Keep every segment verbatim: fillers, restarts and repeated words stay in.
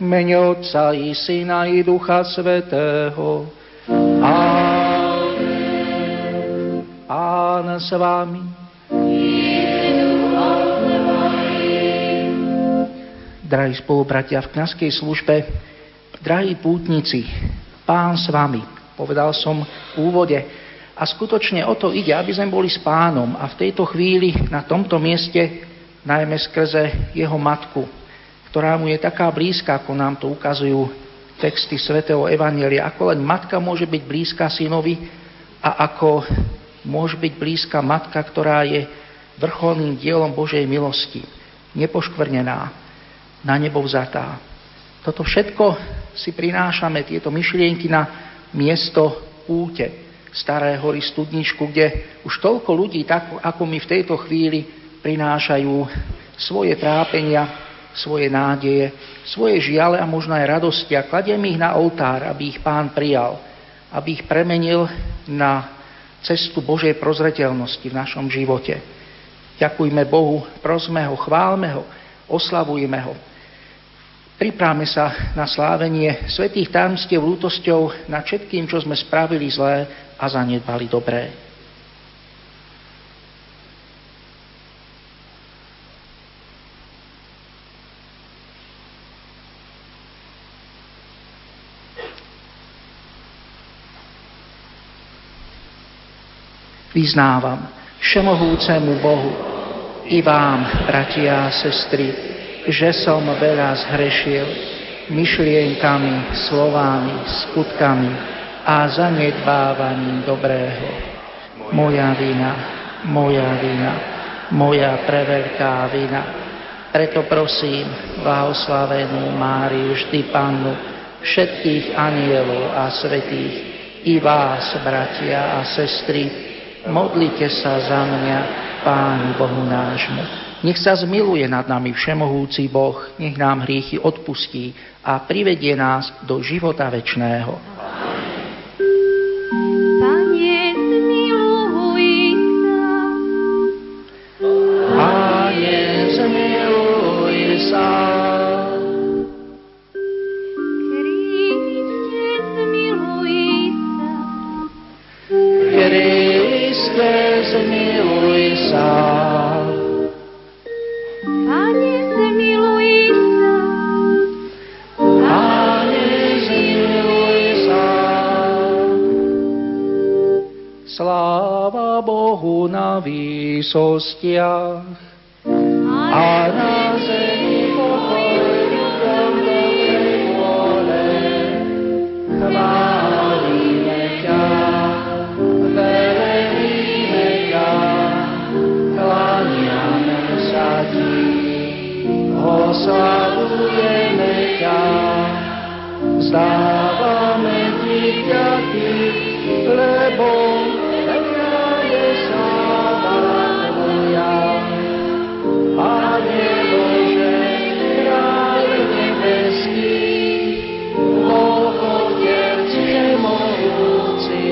mene Otca i Syna i Ducha Svätého. Amen. Pán s vami. Drahí spolubratia v kňazskej službe, drahí pútnici, Pán s vami, povedal som v úvode. A skutočne o to ide, aby sme boli s Pánom a v tejto chvíli na tomto mieste, najmä skrze jeho matku, ktorá mu je taká blízka, ako nám to ukazujú texty svätého Evanjelia, ako len matka môže byť blízka synovi a ako môže byť blízka matka, ktorá je vrcholným dielom Božej milosti, nepoškvrnená, na nebo vzatá. Toto všetko si prinášame, tieto myšlienky, na miesto púte Staré hory Studničku, kde už toľko ľudí, tak ako my v tejto chvíli, prinášajú svoje trápenia, svoje nádeje, svoje žiale a možno aj radosti a kladiem ich na oltár, aby ich Pán prijal, aby ich premenil na cestu Božej prozreteľnosti v našom živote. Ďakujme Bohu, prosme ho, chválme ho, oslavujme ho. Pripravme sa na slávenie svätých tajomstiev lútosťou nad všetkým, čo sme spravili zlé a zanedbali dobré. Vyznávam všemohúcemu Bohu i vám, bratia a sestry, že som veľa zhrešil myšlienkami, slovami, skutkami a zanedbávaním dobrého. Moja vina, moja vina, moja preveľká vina. Preto prosím blahoslavenú Máriu, vždy Pannu, všetkých anielov a svätých, i vás, bratia a sestry, modlite sa za mňa Pánu Bohu nášmu. Nech sa zmiluje nad nami všemohúci Boh, nech nám hriechy odpustí a privedie nás do života večného. Pane, zmiluj sa. Pane, zmiluj sa. Kriste, zmiluj sa. Kriste, zmiluj sa. Pane, zmiluj sa. Pane, zmiluj sa. Sláva Bohu na výsostiach a na zemi pokoj ľuďom dobrej vôle. Chválime ťa, velebíme ťa, kláňame sa ti. Oslavujeme ťa, vzdávame ti vďaky, lebo veľká je sláva tvoja. Pane Bože, kráľ nebeský, Boh Otec všemohúci,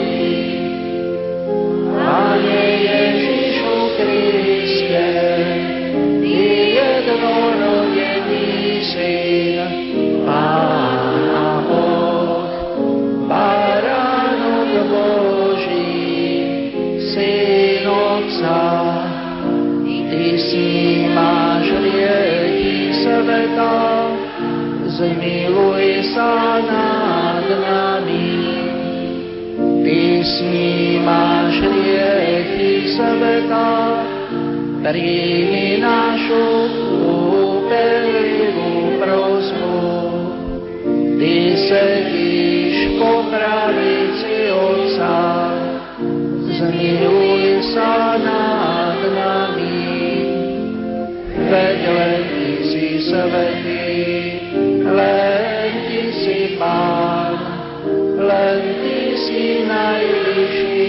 Pane Ježišu Kriste, ty jednorodený Syn, Pán a Boh, Baránok Boží, Syn Otca, ty snímáš hriechy sveta, zmiluj sa nad nami. Ty snímáš hriechy sveta, príjmi našu úpenlivú prosbu. Ty sedíš po pravici Otca, zmiluj sa nad nami. Veď len ty si svätý, len ty si Pán, len ty si najvyšší,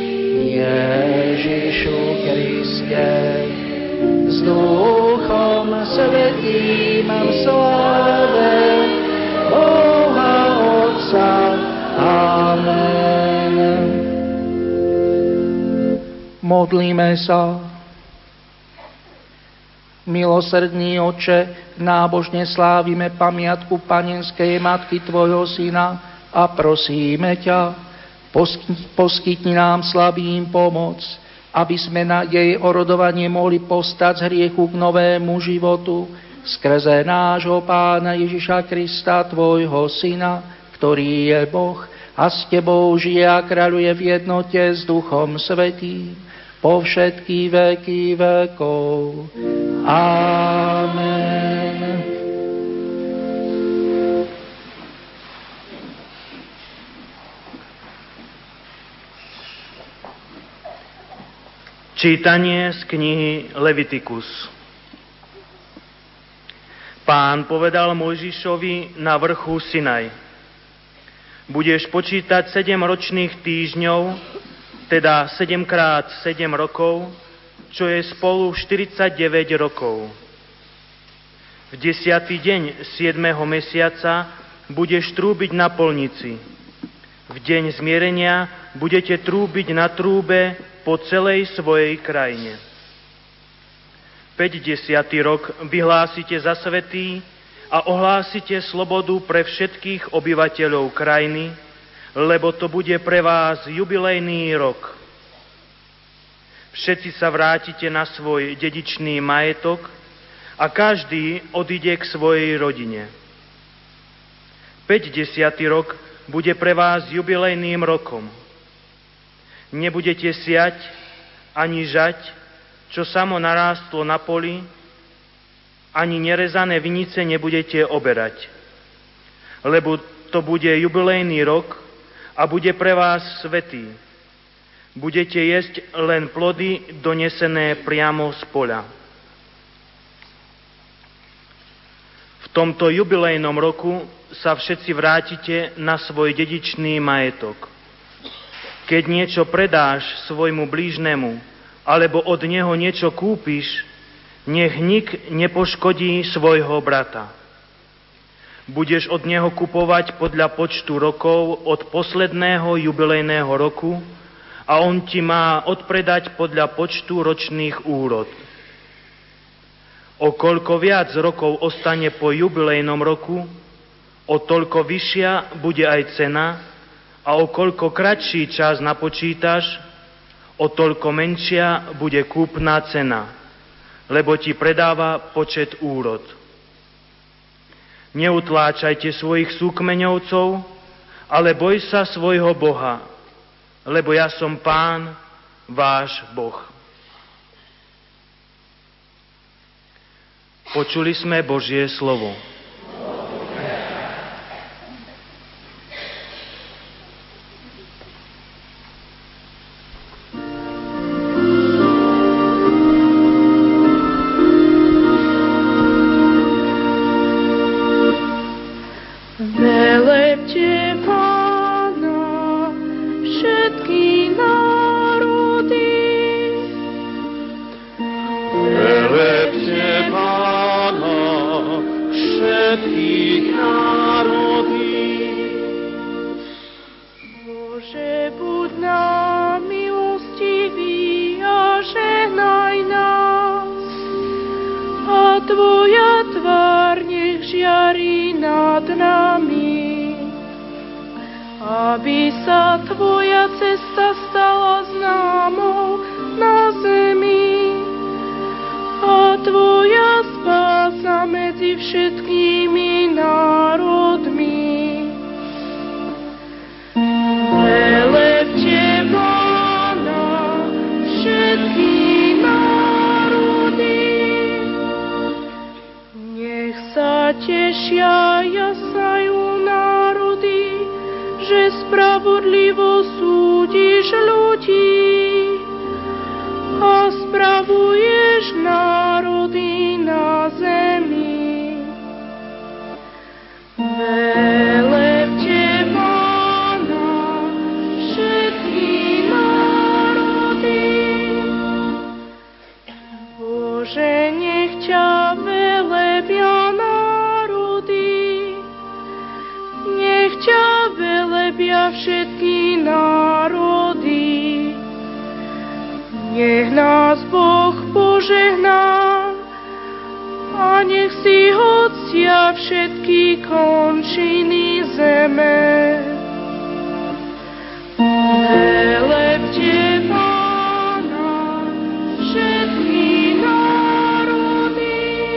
Ježišu Kriste, s Duchom Svätým v sláve Boha Otca. Amen. Modlíme sa. Milosrdný Otče, nábožne slávime pamiatku panenskej matky Tvojho Syna a prosíme ťa, poskytni nám slabým pomoc, aby sme na jej orodovanie mohli povstať z hriechu k novému životu, skrze nášho Pána Ježiša Krista, Tvojho Syna, ktorý je Boh a s Tebou žije a kráľuje v jednote s Duchom Svätým po všetky veky vekov. Amen. Čítanie z knihy Levitikus. Pán povedal Mojžišovi na vrchu Sinaj: budeš počítať sedem ročných týždňov, teda sedem krát sedem rokov, čo je spolu štyridsaťdeväť rokov. V desiatý deň siedmeho mesiaca budeš trúbiť na polnici. V deň zmierenia budete trúbiť na trúbe po celej svojej krajine. päťdesiaty rok vyhlásite za svätý a ohlásite slobodu pre všetkých obyvateľov krajiny, lebo to bude pre vás jubilejný rok. Všetci sa vrátite na svoj dedičný majetok a každý odíde k svojej rodine. päťdesiaty rok bude pre vás jubilejným rokom. Nebudete siať ani žať, čo samo narástlo na poli, ani nerezané vinice nebudete oberať, lebo to bude jubilejný rok a bude pre vás svätý. Budete jesť len plody donesené priamo z poľa. V tomto jubilejnom roku sa všetci vrátite na svoj dedičný majetok. Keď niečo predáš svojmu blížnemu, alebo od neho niečo kúpiš, nech nik nepoškodí svojho brata. Budeš od neho kupovať podľa počtu rokov od posledného jubilejného roku a on ti má odpredať podľa počtu ročných úrod. O koľko viac rokov ostane po jubilejnom roku, o toľko vyššia bude aj cena, a o koľko kratší čas napočítaš, o toľko menšia bude kúpna cena, lebo ti predáva počet úrod. Neutláčajte svojich súkmeňovcov, ale boj sa svojho Boha, lebo ja som Pán, váš Boh. Počuli sme Božie slovo. Nech nás Boh požehná a nech si hocia všetky končiny zeme. Velebte Pána, všetky národy.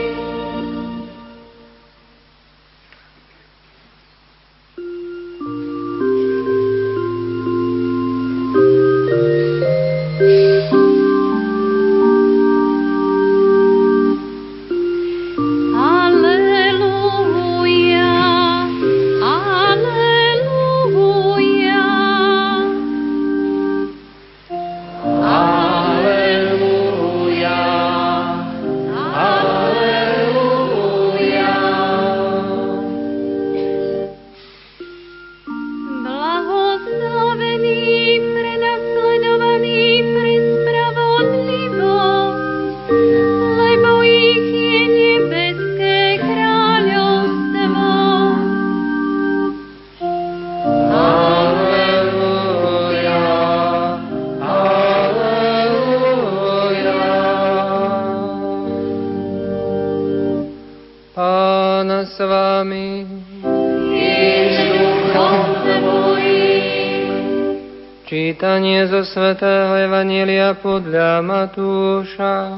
Čítanie zo svätého Evanjelia podľa Matúša.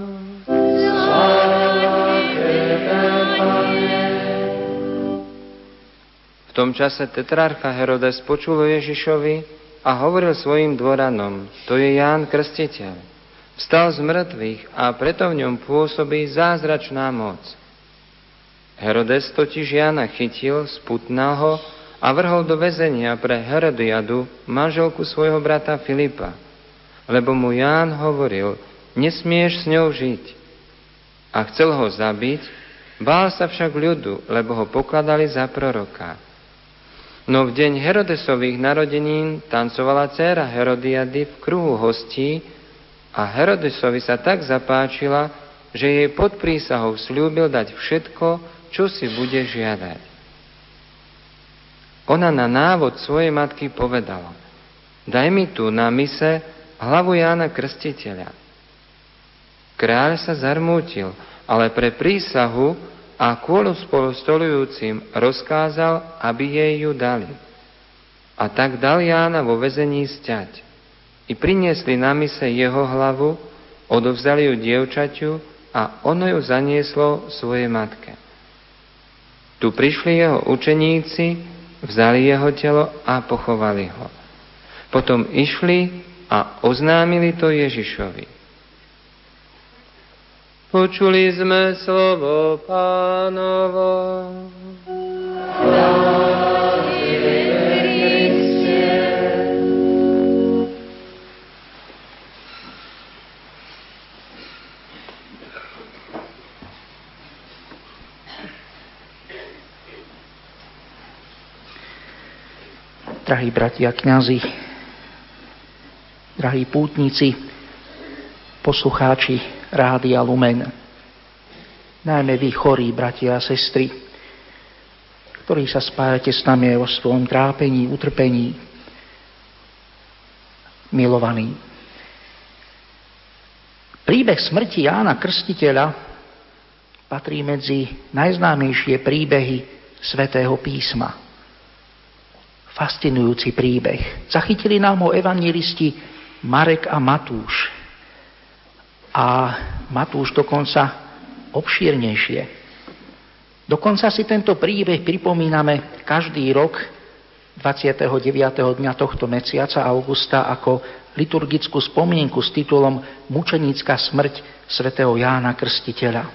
V tom čase tetrarcha Herodes počul o Ježišovi a hovoril svojim dvoranom: to je Ján Krstiteľ. Vstal z mŕtvych a preto v ňom pôsobí zázračná moc. Herodes totiž Jána chytil, sputnal ho a vrhol do väzenia pre Herodiadu, manželku svojho brata Filipa, lebo mu Ján hovoril: nesmieš s ňou žiť. A chcel ho zabiť, bál sa však ľudu, lebo ho pokladali za proroka. No v deň Herodesových narodenín tancovala dcéra Herodiady v kruhu hostí a Herodesovi sa tak zapáčila, že jej pod prísahou sľúbil dať všetko, čo si bude žiadať. Ona na návod svojej matky povedala: daj mi tu na mise hlavu Jána Krstiteľa. Kráľ sa zarmútil, ale pre prísahu a kvôli spolu stolujúcim rozkázal, aby jej ju dali. A tak dal Jána vo väzení sťať. I priniesli na mise jeho hlavu, odovzdali ju dievčaťu a ono ju zanieslo svojej matke. Tu prišli jeho učeníci, vzali jeho telo a pochovali ho. Potom išli a oznámili to Ježišovi. Počuli sme slovo Pánovo. Drahí bratia kňazi, drahí pútnici, poslucháči Rádia Lumen, najmä vy chorí bratia a sestry, ktorí sa spájate s nami vo svojom trápení, utrpení, milovaní. Príbeh smrti Jána Krstiteľa patrí medzi najznámejšie príbehy Svätého písma. Fascinujúci príbeh. Zachytili nám ho evanjelisti Marek a Matúš. A Matúš dokonca obšírnejšie. Dokonca si tento príbeh pripomíname každý rok dvadsiateho deviateho dňa tohto mesiaca augusta ako liturgickú spomienku s titulom Mučenícka smrť svätého Jána Krstiteľa.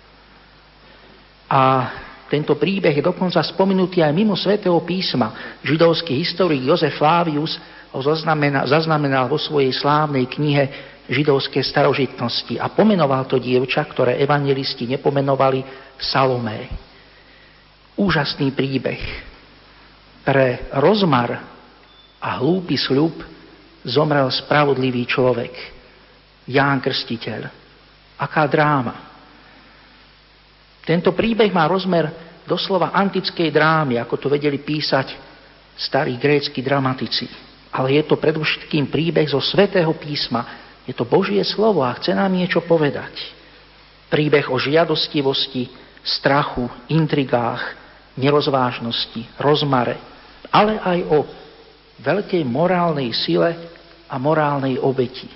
A tento príbeh je dokonca spomenutý aj mimo Svätého písma. Židovský historik Jozef Flavius ho zaznamenal, zaznamenal vo svojej slávnej knihe Židovské starožitnosti a pomenoval to dievča, ktoré evanjelisti nepomenovali, Salomé. Úžasný príbeh. Pre rozmar a hlúpy sľub zomrel spravodlivý človek, Ján Krstiteľ. Aká dráma. Tento príbeh má rozmer doslova antickej drámy, ako to vedeli písať starí grécki dramatici. Ale je to predovšetkým príbeh zo Svätého písma. Je to Božie slovo a chce nám niečo povedať. Príbeh o žiadostivosti, strachu, intrigách, nerozvážnosti, rozmare, ale aj o veľkej morálnej sile a morálnej obeti.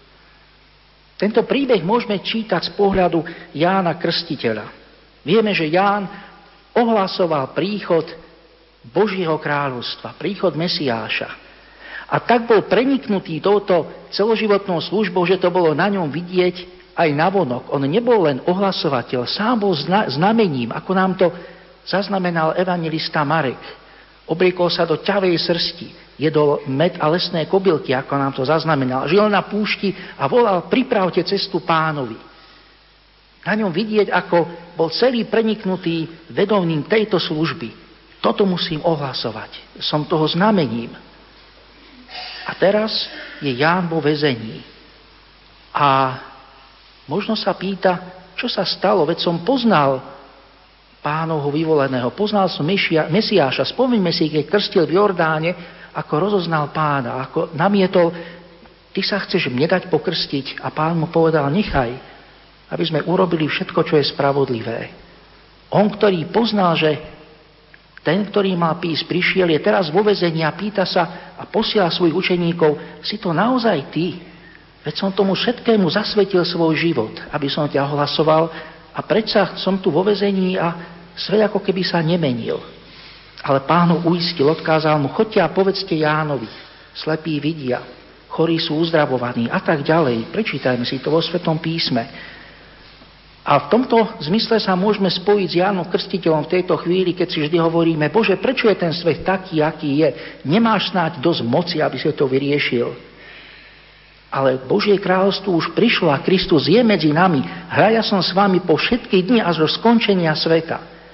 Tento príbeh môžeme čítať z pohľadu Jána Krstiteľa. Vieme, že Ján ohlasoval príchod Božieho kráľovstva, príchod Mesiáša. A tak bol preniknutý touto celoživotnou službou, že to bolo na ňom vidieť aj navonok. On nebol len ohlasovateľ, sám bol zna- znamením, ako nám to zaznamenal evanjelista Marek. Obliekol sa do ťavej srsti, jedol med a lesné kobylky, ako nám to zaznamenal. Žil na púšti a volal: pripravte cestu Pánovi. Na ňom vidieť, ako bol celý preniknutý vedomím tejto služby. Toto musím ohlasovať. Som toho znamením. A teraz je Ján vo väzení. A možno sa pýta, čo sa stalo, veď som poznal Pánovho vyvoleného, poznal som Mesiáša. Spomnime si, keď krstil v Jordáne, ako rozoznal Pána, ako namietol: ty sa chceš mne dať pokrstiť? A Pán mu povedal: nechaj, aby sme urobili všetko, čo je spravodlivé. On, ktorý poznal, že ten, ktorý mal prísť, prišiel, je teraz vo väzení a pýta sa a posiela svojich učeníkov: si to naozaj ty? Veď som tomu všetkému zasvetil svoj život, aby som ťa ohlasoval, a predsa som tu vo väzení a svet ako keby sa nemenil. Ale Pán ho uistil, odkázal mu: choďte a povedzte Jánovi, slepí vidia, chorí sú uzdravovaní a tak ďalej. Prečítajme si to vo Svetom písme. A v tomto zmysle sa môžeme spojiť s Jánom Krstiteľom v tejto chvíli, keď si vždy hovoríme: Bože, prečo je ten svet taký, aký je? Nemáš snáď dosť moci, aby si to vyriešil. Ale Božie kráľovstvo už prišlo a Kristus je medzi nami. Hľa, ja som s vami po všetky dni až do skončenia sveta.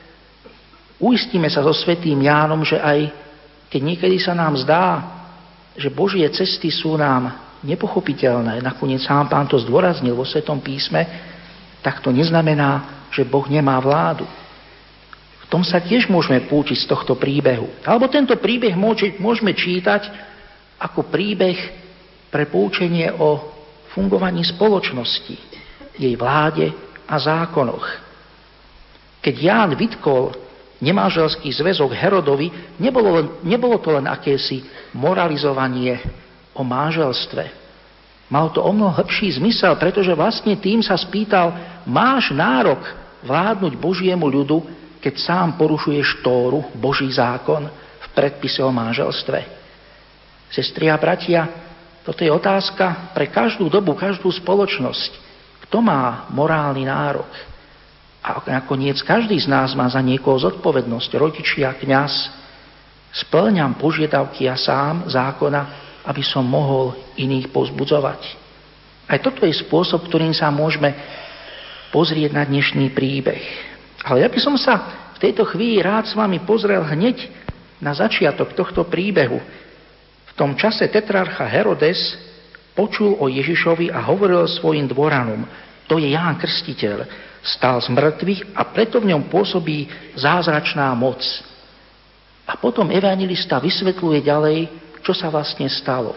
Uistíme sa so svätým Jánom, že aj keď niekedy sa nám zdá, že Božie cesty sú nám nepochopiteľné, nakoniec sám Pán to zdôraznil vo Svetom písme, tak to neznamená, že Boh nemá vládu. V tom sa tiež môžeme poučiť z tohto príbehu. Alebo tento príbeh môžeme čítať ako príbeh pre poučenie o fungovaní spoločnosti, jej vláde a zákonoch. Keď Ján vytkol nemanželský zväzok Herodovi, nebolo, len, nebolo to len akési moralizovanie o manželstve. Mal to o mnoho hlbší zmysel, pretože vlastne tým sa spýtal: máš nárok vládnuť Božiemu ľudu, keď sám porušuješ Tóru, Boží zákon, v predpise o manželstve? Sestri a bratia, toto je otázka pre každú dobu, každú spoločnosť. Kto má morálny nárok? A nakoniec každý z nás má za niekoho zodpovednosť. Rodičia, kňaz. Spĺňam požiadavky ja sám zákona, aby som mohol iných povzbudzovať. Aj toto je spôsob, ktorým sa môžeme pozrieť na dnešný príbeh. Ale ja by som sa v tejto chvíli rád s vami pozrel hneď na začiatok tohto príbehu. V tom čase tetrarcha Herodes počul o Ježišovi a hovoril svojim dvoranom: to je Ján Krstiteľ, stal z mŕtvych a preto v ňom pôsobí zázračná moc. A potom evanjelista vysvetľuje ďalej, čo sa vlastne stalo.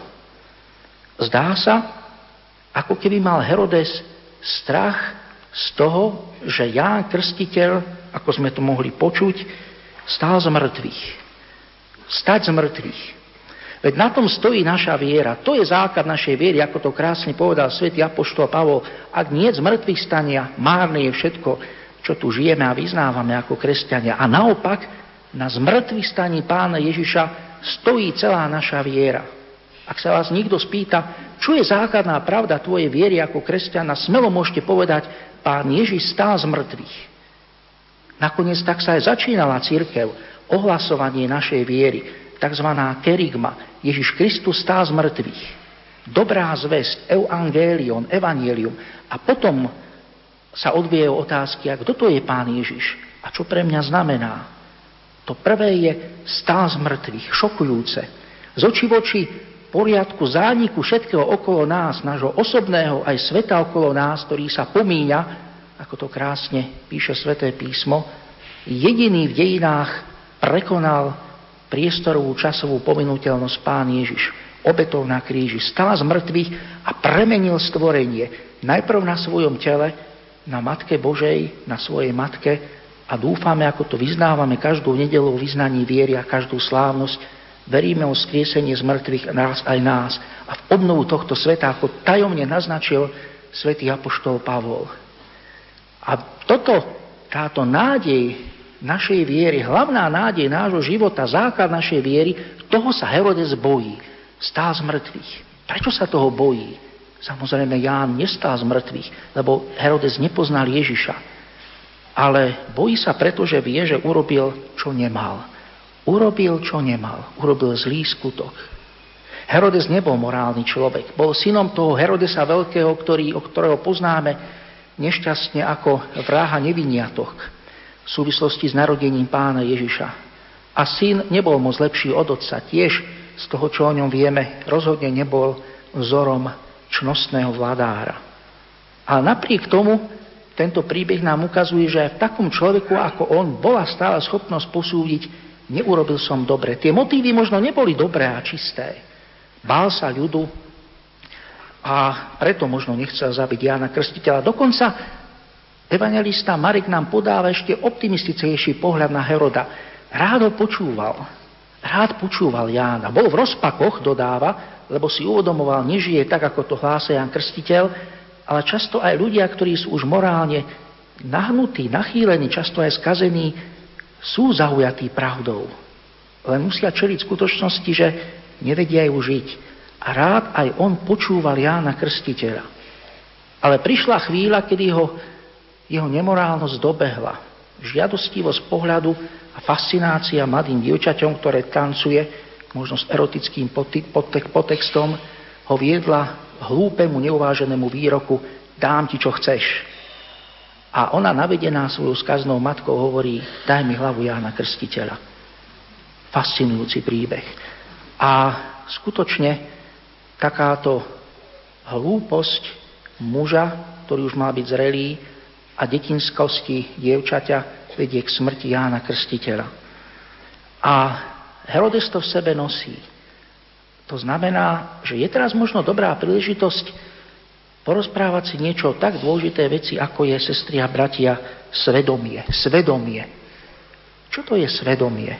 Zdá sa, ako keby mal Herodes strach z toho, že Ján Krstiteľ, ako sme to mohli počuť, stál z mŕtvych. Stať z mŕtvych. Veď na tom stojí naša viera. To je základ našej viery, ako to krásne povedal svätý apoštol Pavol. Ak nie z mŕtvych stania, márne je všetko, čo tu žijeme a vyznávame ako kresťania. A naopak, na zmŕtvych staní Pána Ježiša stojí celá naša viera. Ak sa vás niekto spýta, čo je základná pravda tvojej viery ako kresťana, smelo môžete povedať: Pán Ježiš stál z mŕtvych. Nakoniec tak sa aj začínala cirkev, ohlasovanie našej viery, takzvaná kerygma. Ježiš Kristus stál z mŕtvych. Dobrá zvesť, evangelion, evangelium. A potom sa odvíjajú otázky: a kto to je Pán Ježiš? A čo pre mňa znamená? To prvé je stál z mŕtvych, šokujúce. Z očí v oči poriadku zániku všetkého okolo nás, nášho osobného aj sveta okolo nás, ktorý sa pomíňa, ako to krásne píše Sväté písmo, jediný v dejinách prekonal priestorovú časovú pominuteľnosť Pán Ježiš. Obetou na kríži stál z mŕtvych a premenil stvorenie. Najprv na svojom tele, na Matke Božej, na svojej matke, a dúfame, ako to vyznávame každú nedeľu v vyznaní viery a každú slávnosť, veríme o skriesenie z mŕtvych nás aj nás a v obnovu tohto sveta, ako tajomne naznačil svätý apoštol Pavol. A toto, táto nádej našej viery, hlavná nádej nášho života, základ našej viery, toho sa Herodes bojí. Stál z mŕtvych. Prečo sa toho bojí? Samozrejme, Ján nestal z mŕtvych, lebo Herodes nepoznal Ježiša. Ale bojí sa preto, že vie, že urobil, čo nemal. Urobil, čo nemal. Urobil zlý skutok. Herodes nebol morálny človek. Bol synom toho Herodesa veľkého, ktorý, o ktorého poznáme nešťastne ako vraha neviniatok v súvislosti s narodením pána Ježiša. A syn nebol moc lepší od otca. Tiež z toho, čo o ňom vieme, rozhodne nebol vzorom čnostného vladára. A napriek tomu tento príbeh nám ukazuje, že aj v takom človeku ako on bola stále schopnosť posúdiť, neurobil som dobre. Tie motívy možno neboli dobré a čisté. Bál sa ľudu a preto možno nechcel zabiť Jána Krstiteľa. Dokonca evanjelista Marek nám podáva ešte optimistickejší pohľad na Heroda. Rád ho počúval. Rád počúval Jána. Bol v rozpakoch, dodáva, lebo si uvedomoval, nežije tak, ako to hlása Ján Krstiteľ, ale často aj ľudia, ktorí sú už morálne nahnutí, nachýlení, často aj skazení, sú zaujatí pravdou. Len musia čeliť skutočnosti, že nevedia ju žiť. A rád aj on počúval Jána Krstiteľa. Ale prišla chvíľa, kedy ho jeho nemorálnosť dobehla. Žiadostivosť pohľadu a fascinácia mladým dievčaťom, ktoré tancuje, možno s erotickým podtextom, ho viedla hlúpemu, neuváženému výroku: dám ti, čo chceš. A ona, navedená svojou skaznou matkou, hovorí: daj mi hlavu Jána Krstiteľa. Fascinujúci príbeh. A skutočne takáto hlúposť muža, ktorý už mal byť zrelý, a detinskosti dievčaťa vedie k smrti Jána Krstiteľa. A Herodes to v sebe nosí. To znamená, že je teraz možno dobrá príležitosť porozprávať si niečo o tak dôležité veci, ako je, sestry a bratia, svedomie. Svedomie. Čo to je svedomie?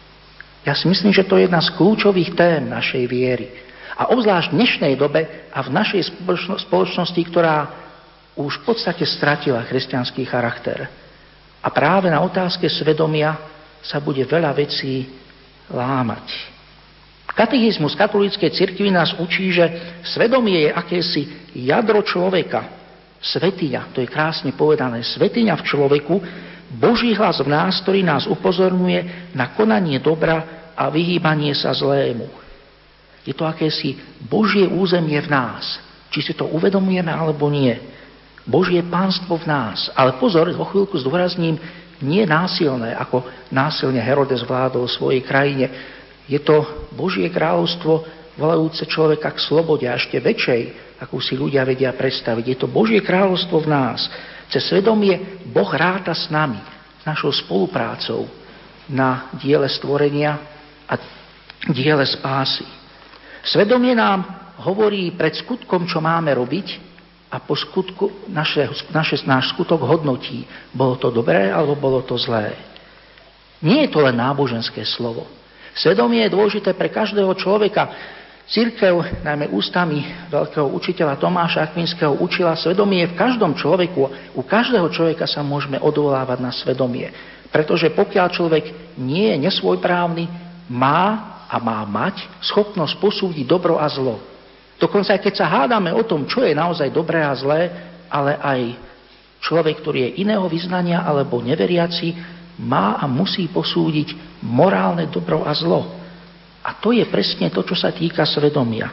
Ja si myslím, že to je jedna z kľúčových tém našej viery. A obzvlášť v dnešnej dobe a v našej spoločnosti, ktorá už v podstate stratila kresťanský charakter. A práve na otázke svedomia sa bude veľa vecí lámať. Katechizmus katolíckej cirkvi nás učí, že svedomie je akési jadro človeka. Svetiňa, to je krásne povedané, svetiňa v človeku, Boží hlas v nás, ktorý nás upozorňuje na konanie dobra a vyhýbanie sa zlému. Je to akési Božie územie v nás. Či si to uvedomujeme, alebo nie. Božie pánstvo v nás. Ale pozor, vo chvíľku zdôrazním, nie násilné, ako násilne Herodes vládol v svojej krajine. Je to Božie kráľovstvo volajúce človeka k slobode, a ešte väčšej, akú si ľudia vedia predstaviť. Je to Božie kráľovstvo v nás. Cez svedomie Boh ráta s nami, s našou spoluprácou na diele stvorenia a diele spásy. Svedomie nám hovorí pred skutkom, čo máme robiť, a po skutku naše, naše, náš skutok hodnotí. Bolo to dobré, alebo bolo to zlé. Nie je to len náboženské slovo. Svedomie je dôležité pre každého človeka. Cirkev, najmä ústami veľkého učiteľa Tomáša Akvinského, učila, svedomie v každom človeku. U každého človeka sa môžeme odvolávať na svedomie. Pretože pokiaľ človek nie je nesvojprávny, má a má mať schopnosť posúdiť dobro a zlo. Dokonca aj keď sa hádame o tom, čo je naozaj dobré a zlé, ale aj človek, ktorý je iného vyznania alebo neveriaci, má a musí posúdiť morálne dobro a zlo. A to je presne to, čo sa týka svedomia.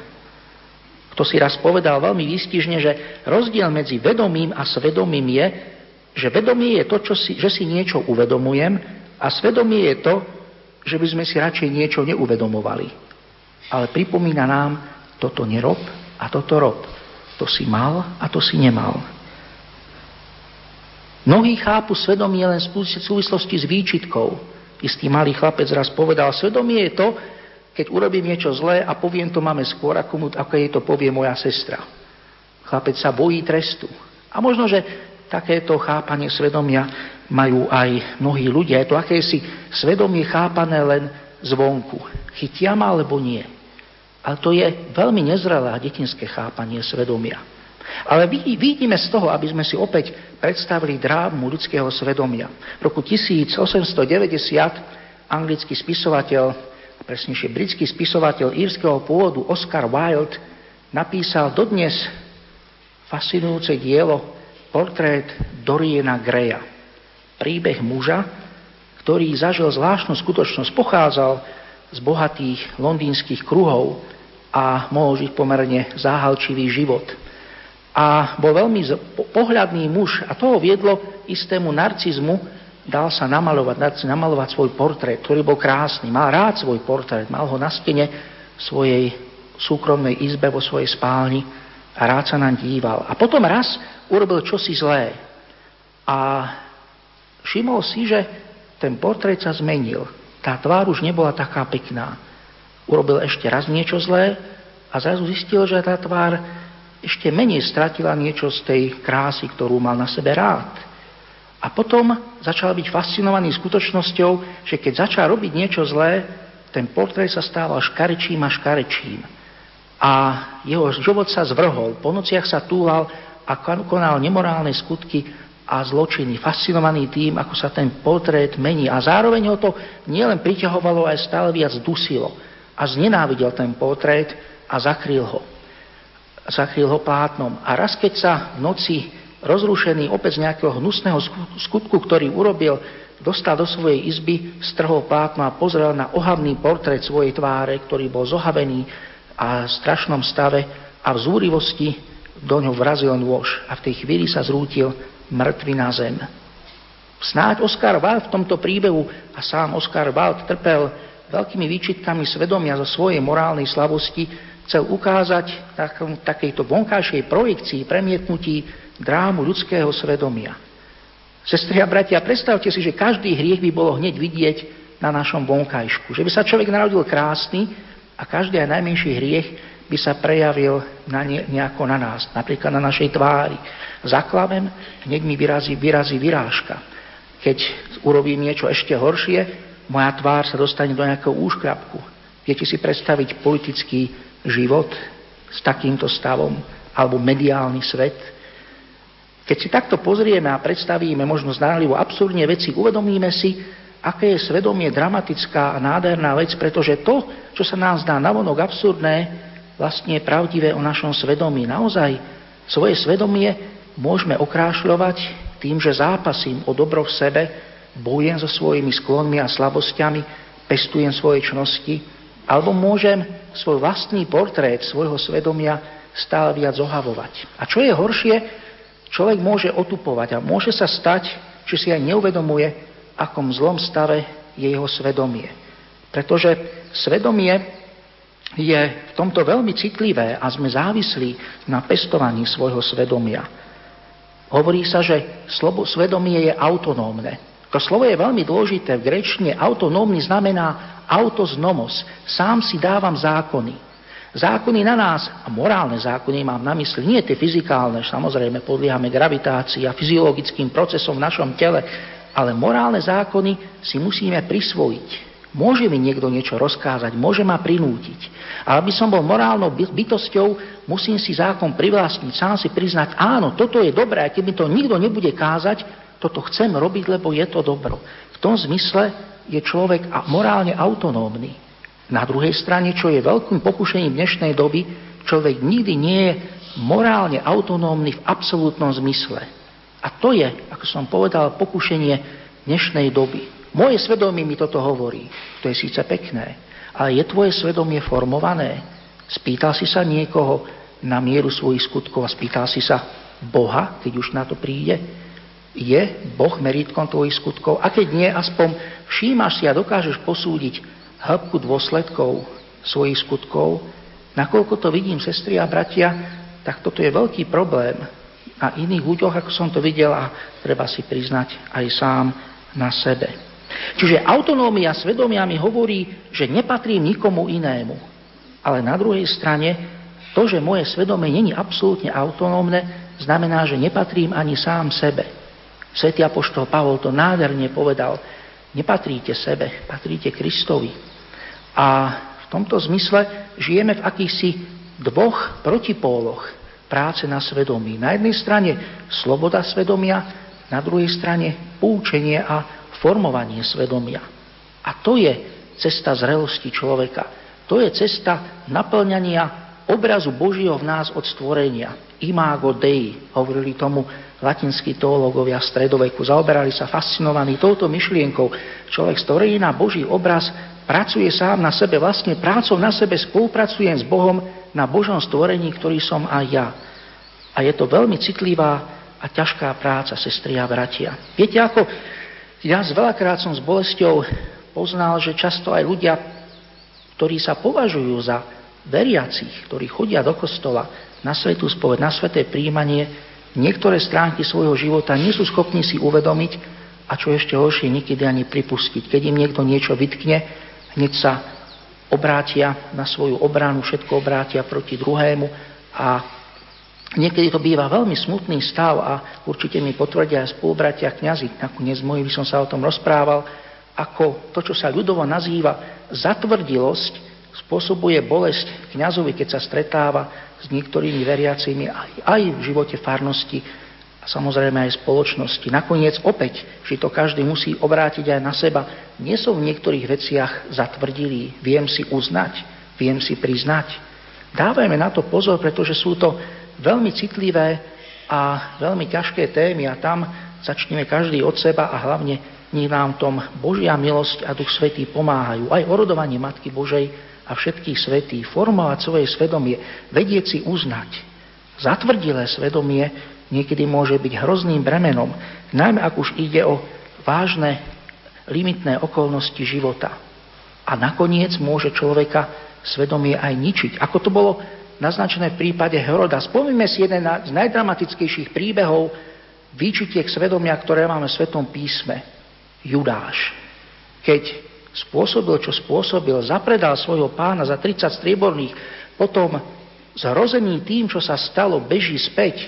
Kto si raz povedal veľmi výstižne, že rozdiel medzi vedomím a svedomím je, že vedomie je to, čo si, že si niečo uvedomujem, a svedomie je to, že by sme si radšej niečo neuvedomovali. Ale pripomína nám, toto nerob a toto rob. To si mal a to si nemal. Mnohí chápu svedomie len v súvislosti s výčitkou. Istý malý chlapec raz povedal, svedomie je to, keď urobím niečo zlé a poviem to máme skôr, ako, mu, ako jej to povie moja sestra. Chlapec sa bojí trestu. A možno, že takéto chápanie svedomia majú aj mnohí ľudia. Je to akési svedomie chápané len zvonku. Chytia ma alebo nie. Ale to je veľmi nezrelé a detinské chápanie svedomia. Ale vidíme z toho, aby sme si opäť predstavili drámu ľudského svedomia. V roku tisícosemstodeväťdesiat anglický spisovateľ, presnejšie britský spisovateľ írskeho pôvodu Oscar Wilde napísal dodnes fascinujúce dielo Portrét Doriana Graya. Príbeh muža, ktorý zažil zvláštnu skutočnosť, pochádzal z bohatých londýnskych kruhov a mohol žiť pomerne záhalčivý život. A bol veľmi pohľadný muž a toho viedlo istému narcizmu, dal sa namalovať, namalovať svoj portrét, ktorý bol krásny. Mal rád svoj portrét, mal ho na stene v svojej súkromnej izbe, vo svojej spálni a rád sa nám díval. A potom raz urobil čosi zlé. A všimol si, že ten portrét sa zmenil. Tá tvár už nebola taká pekná. Urobil ešte raz niečo zlé a zrazu zistil, že tá tvár ešte menej stratila niečo z tej krásy, ktorú mal na sebe rád. A potom začal byť fascinovaný skutočnosťou, že keď začal robiť niečo zlé, ten portrét sa stával škarečím a škarečím. A jeho život sa zvrhol. Po nociach sa túlal a konal nemorálne skutky a zločiny. Fascinovaný tým, ako sa ten portrét mení. A zároveň ho to nielen priťahovalo, aj stále viac dusilo. A znenávidel ten portrét a zakryl ho. Zakryl ho plátnom. A raz, keď sa v noci rozrušený opäť z nejakého hnusného skutku, ktorý urobil, dostal do svojej izby, strhol plátno a pozrel na ohavný portrét svojej tváre, ktorý bol zohavený a v strašnom stave a v zúrivosti do ňoho vrazil nôž. A v tej chvíli sa zrútil mŕtvy na zem. Snáď Oscar Wilde v tomto príbehu, a sám Oscar Wilde trpel veľkými výčitkami svedomia zo svojej morálnej slabosti, chcel ukázať takom, takejto vonkajšej projekcii, premietnutí drámu ľudského svedomia. Sestri a bratia, predstavte si, že každý hriech by bolo hneď vidieť na našom vonkajšku. Že by sa človek narodil krásny a každý aj najmenší hriech by sa prejavil na ne, nejako na nás, napríklad na našej tvári. Zaklavem, hneď mi vyrazí, vyrazí vyrážka. Keď urobím niečo ešte horšie, moja tvár sa dostane do nejakého úškrabku. Viete si predstaviť politický život s takýmto stavom, alebo mediálny svet? Keď si takto pozrieme a predstavíme možno zdánlivo absurdne veci, uvedomíme si, aké je svedomie dramatická a nádherná vec, pretože to, čo sa nám zdá navonok absurdné, vlastne je pravdivé o našom svedomí. Naozaj svoje svedomie môžeme okrášľovať tým, že zápasím o dobro v sebe, bojujem so svojimi sklonmi a slabosťami, pestujem svoje čnosti, alebo môžem svoj vlastný portrét svojho svedomia stále viac zohavovať. A čo je horšie, človek môže otupovať a môže sa stať, že si aj neuvedomuje, akom zlom stave je jeho svedomie. Pretože svedomie je v tomto veľmi citlivé a sme závislí na pestovaní svojho svedomia. Hovorí sa, že slovo svedomie je autonómne. To slovo je veľmi dôležité. V gréčtine autonómny znamená autoznomos. Sám si dávam zákony. Zákony na nás, a morálne zákony mám na mysli, nie tie fyzikálne, samozrejme podliehame gravitácii a fyziologickým procesom v našom tele, ale morálne zákony si musíme prisvojiť. Môže mi niekto niečo rozkázať, môže ma prinútiť. Ale aby som bol morálnou bytosťou, musím si zákon privlastniť, sám si priznať, áno, toto je dobré, a keď mi to nikto nebude kázať, toto chcem robiť, lebo je to dobro. V tom zmysle je človek morálne autonómny. Na druhej strane, čo je veľkým pokušením dnešnej doby, človek nikdy nie je morálne autonómny v absolútnom zmysle. A to je, ako som povedal, pokušenie dnešnej doby. Moje svedomie mi toto hovorí. To je síce pekné, ale je tvoje svedomie formované? Spýtal si sa niekoho na mieru svojich skutkov a spýtal si sa Boha, keď už na to príde? Je Boh merítkom tvojich skutkov? A keď nie, aspoň všímaš si a dokážeš posúdiť hĺbku dôsledkov svojich skutkov. Nakoľko to vidím, sestry a bratia, tak toto je veľký problém na iných ľuďoch, ako som to videl, a treba si priznať aj sám na sebe. Čiže autonómia svedomia mi hovorí, že nepatrím nikomu inému. Ale na druhej strane, to, že moje svedomie není absolútne autonómne, znamená, že nepatrím ani sám sebe. Svätý apoštol Pavol to nádherne povedal, nepatríte sebe, patríte Kristovi. A v tomto zmysle žijeme v akýchsi dvoch protipóloch práce na svedomí. Na jednej strane sloboda svedomia, na druhej strane poučenie a formovanie svedomia. A to je cesta zrelosti človeka. To je cesta naplňania obrazu Božieho v nás od stvorenia. Imago Dei, hovorili tomu latinskí teológovia v stredoveku. Zaoberali sa fascinovaní touto myšlienkou. Človek stvorený na Boží obraz pracuje sám na sebe, vlastne prácou na sebe spolupracujem s Bohom na Božom stvorení, ktorý som aj ja. A je to veľmi citlivá a ťažká práca, sestry a bratia. Viete, ako ja veľakrát som s bolesťou poznal, že často aj ľudia, ktorí sa považujú za veriacich, ktorí chodia do kostola na svätú spoveď, na sväté prijímanie, niektoré stránky svojho života nie sú schopní si uvedomiť a čo ešte horšie, niekedy ani pripustiť. Keď im niekto niečo vytkne, hneď sa obrátia na svoju obranu, všetko obrátia proti druhému a niekedy to býva veľmi smutný stav a určite mi potvrdia aj spolubratia kňazi, nakoniec moji by som sa o tom rozprával, ako to, čo sa ľudovo nazýva zatvrdilosť, spôsobuje bolesť kňazovi, keď sa stretáva s niektorými veriacimi aj, aj v živote farnosti a samozrejme aj spoločnosti. Nakoniec opäť, že to každý musí obrátiť aj na seba. Nie som v niektorých veciach zatvrdilý, viem si uznať, viem si priznať. Dávajme na to pozor, pretože sú to veľmi citlivé a veľmi ťažké témy a tam začneme každý od seba a hlavne nech nám tom Božia milosť a Duch Svätý pomáhajú. Aj orodovanie Matky Božej a všetkých svätých, formovať svoje svedomie, vedieť si uznať. Zatvrdilé svedomie niekedy môže byť hrozným bremenom, najmä ak už ide o vážne limitné okolnosti života. A nakoniec môže človeka svedomie aj ničiť. Ako to bolo naznačené v prípade Heroda. Spomnime si jeden z najdramatickejších príbehov výčitiek svedomia, ktoré máme v Svetom písme. Judáš. Keď spôsobil, čo spôsobil, zapredal svojho pána za tridsať strieborných, potom zhrozený tým, čo sa stalo, beží späť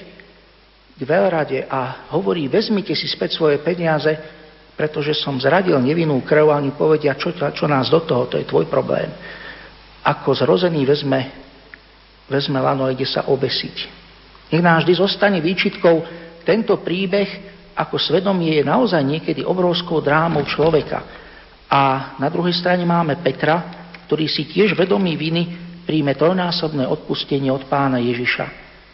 k veľrade a hovorí, vezmite si späť svoje peniaze, pretože som zradil nevinnú krv a oni povedia, čo, čo nás do toho, to je tvoj problém. Ako zhrozený vezme, vezme lano a ide sa obesiť. Nech nám vždy zostane výčitkou tento príbeh, ako svedomie je naozaj niekedy obrovskou drámou človeka. A na druhej strane máme Petra, ktorý si tiež vedomý viny príjme trojnásobné odpustenie od pána Ježiša.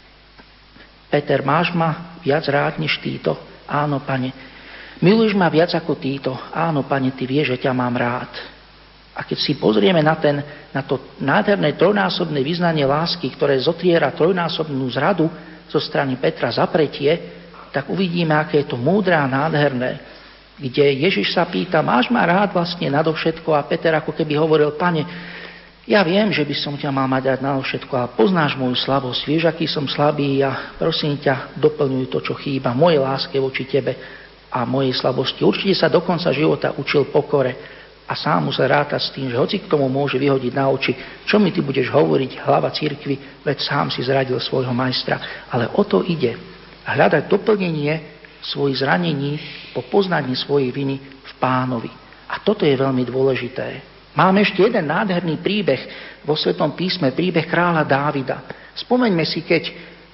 Peter, máš ma viac rád než títo? Áno, pane. Miluješ ma viac ako títo? Áno, pane, ty vieš, že ťa mám rád. A keď si pozrieme na, ten, na to nádherné trojnásobné vyznanie lásky, ktoré zotriera trojnásobnú zradu zo strany Petra zapretie, tak uvidíme, aké je to múdre a nádherné, kde Ježiš sa pýta, máš ma rád vlastne nadovšetko? A Peter ako keby hovoril, pane, ja viem, že by som ťa mal mať rád nadovšetko, ale poznáš moju slabosť, vieš, aký som slabý a prosím ťa, doplňuj to, čo chýba, mojej láske voči tebe a mojej slabosti. Určite sa do konca života učil pokore a sám musel rátať s tým, že hoci k tomu môže vyhodiť na oči, čo mi ty budeš hovoriť, hlava cirkvi, veď sám si zradil svojho majstra. Ale o to ide. Hľadať doplnenie svojich zranení po poznaní svojej viny v pánovi. A toto je veľmi dôležité. Máme ešte jeden nádherný príbeh vo Svetom písme, príbeh kráľa Dávida. Spomeňme si, keď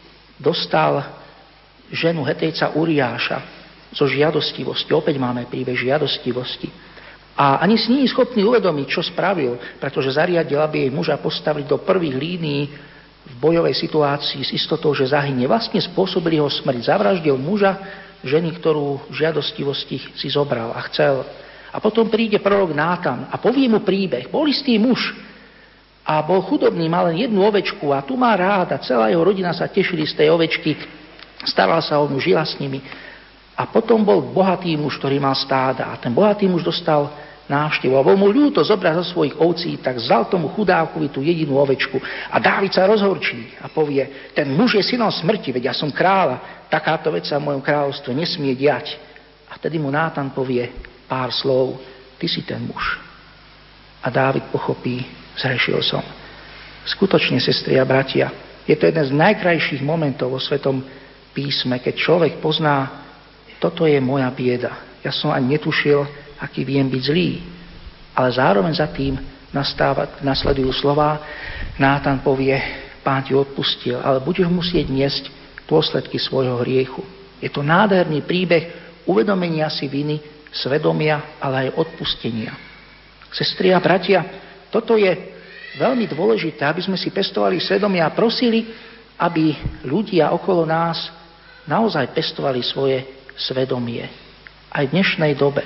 dostal ženu Hetejca Uriáša zo žiadostivosti. Opäť máme príbeh žiadostivosti. A ani si nie je schopný uvedomiť, čo spravil, pretože zariadil, aby jej muža postavili do prvých línií v bojovej situácii s istotou, že zahynie. Vlastne spôsobili ho smrť. Zavraždil muža, ženy, ktorú v žiadostivosti si zobral a chcel. A potom príde prorok Nátan a povie mu príbeh. Bol istý muž a bol chudobný, mal len jednu ovečku a tu má rád a celá jeho rodina sa tešili z tej ovečky. Staral sa o ňu, žila s nimi. A potom bol bohatý muž, ktorý mal stáda a ten bohatý muž dostal návštevu. A bol mu ľúto zobrať zo svojich ovcí, tak vzal tomu chudávkovi tú jedinú ovečku. A Dávid sa rozhorčí a povie, ten muž je synom smrti, veď ja som kráľa, takáto vec sa v mojom kráľovstve nesmie diať. A vtedy mu Nátan povie pár slov, ty si ten muž. A Dávid pochopí, zhrešil som. Skutočne, sestry a bratia, je to jeden z najkrajších momentov vo Svetom písme, keď človek pozná toto je moja bieda. Ja som ani netušil, aký viem byť zlý. Ale zároveň za tým nastáva, nasledujú slová. Nátan povie, Pán ti odpustil, ale budeš musieť niesť dôsledky svojho hriechu. Je to nádherný príbeh uvedomenia si viny, svedomia, ale aj odpustenia. Sestry a bratia, toto je veľmi dôležité, aby sme si pestovali svedomie a prosili, aby ľudia okolo nás naozaj pestovali svoje svedomie. Aj v dnešnej dobe.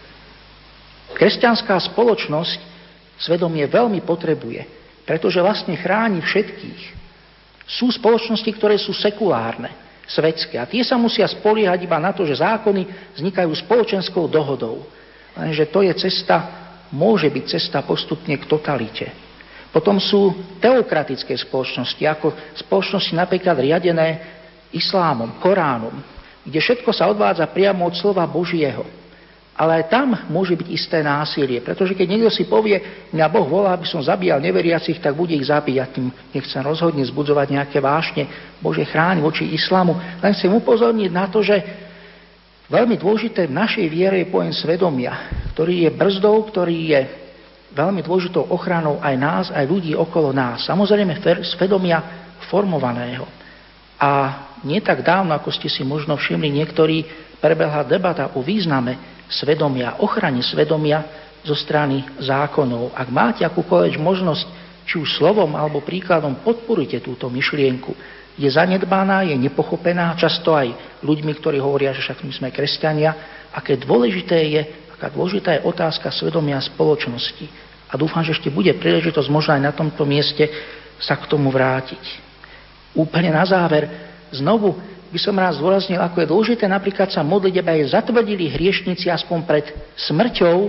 Kresťanská spoločnosť svedomie veľmi potrebuje, pretože vlastne chráni všetkých. Sú spoločnosti, ktoré sú sekulárne, svetské, a tie sa musia spoliehať iba na to, že zákony vznikajú spoločenskou dohodou. Lenže to je cesta, môže byť cesta postupne k totalite. Potom sú teokratické spoločnosti, ako spoločnosti napríklad riadené islámom, Koránom, kde všetko sa odvádza priamo od slova Božieho. Ale aj tam môže byť isté násilie, pretože keď niekto si povie, mňa Boh volá, aby som zabíjal neveriacich, tak bude ich zabíjať. Tým nechcem rozhodne zbudzovať nejaké vášne. Bože, chráň voči islamu. Len chcem upozorniť na to, že veľmi dôležité v našej viere je pojem svedomia, ktorý je brzdou, ktorý je veľmi dôležitou ochranou aj nás, aj ľudí okolo nás. Samozrejme svedomia formovaného. A nie tak dávno, ako ste si možno všimli niektorí, prebehla debata o význame svedomia, ochrane svedomia zo strany zákonov. Ak máte akúkoľvek možnosť, či už slovom alebo príkladom, podporujte túto myšlienku. Je zanedbaná, je nepochopená, často aj ľuďmi, ktorí hovoria, že však my sme kresťania. Aké dôležité je, aká dôležitá je otázka svedomia spoločnosti. A dúfam, že ešte bude príležitosť možno aj na tomto mieste sa k tomu vrátiť. Úplne na záver, znovu by som rád zdôraznil, ako je dôležité napríklad sa modliť, aby aj zatvrdili hriešnici aspoň pred smrťou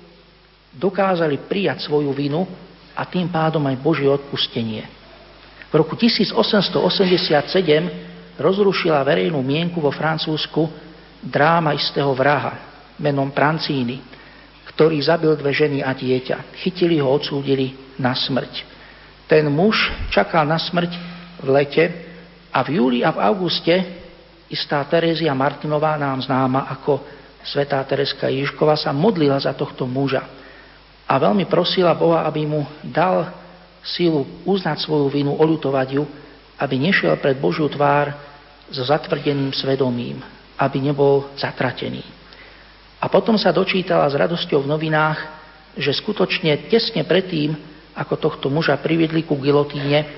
dokázali prijať svoju vinu a tým pádom aj Božie odpustenie. V roku tisícosemstoosemdesiatsedem rozrušila verejnú mienku vo Francúzsku dráma istého vraha menom Prancini, ktorý zabil dve ženy a dieťa. Chytili ho, odsúdili na smrť. Ten muž čakal na smrť v lete a v júli a v auguste istá Terézia Martinová, nám známa ako svätá Tereska Ježišková, sa modlila za tohto muža a veľmi prosila Boha, aby mu dal sílu uznať svoju vinu, oľutovať ju, aby nešiel pred Božiu tvár so zatvrdeným svedomím, aby nebol zatratený. A potom sa dočítala s radosťou v novinách, že skutočne tesne predtým, ako tohto muža priviedli ku gilotíne,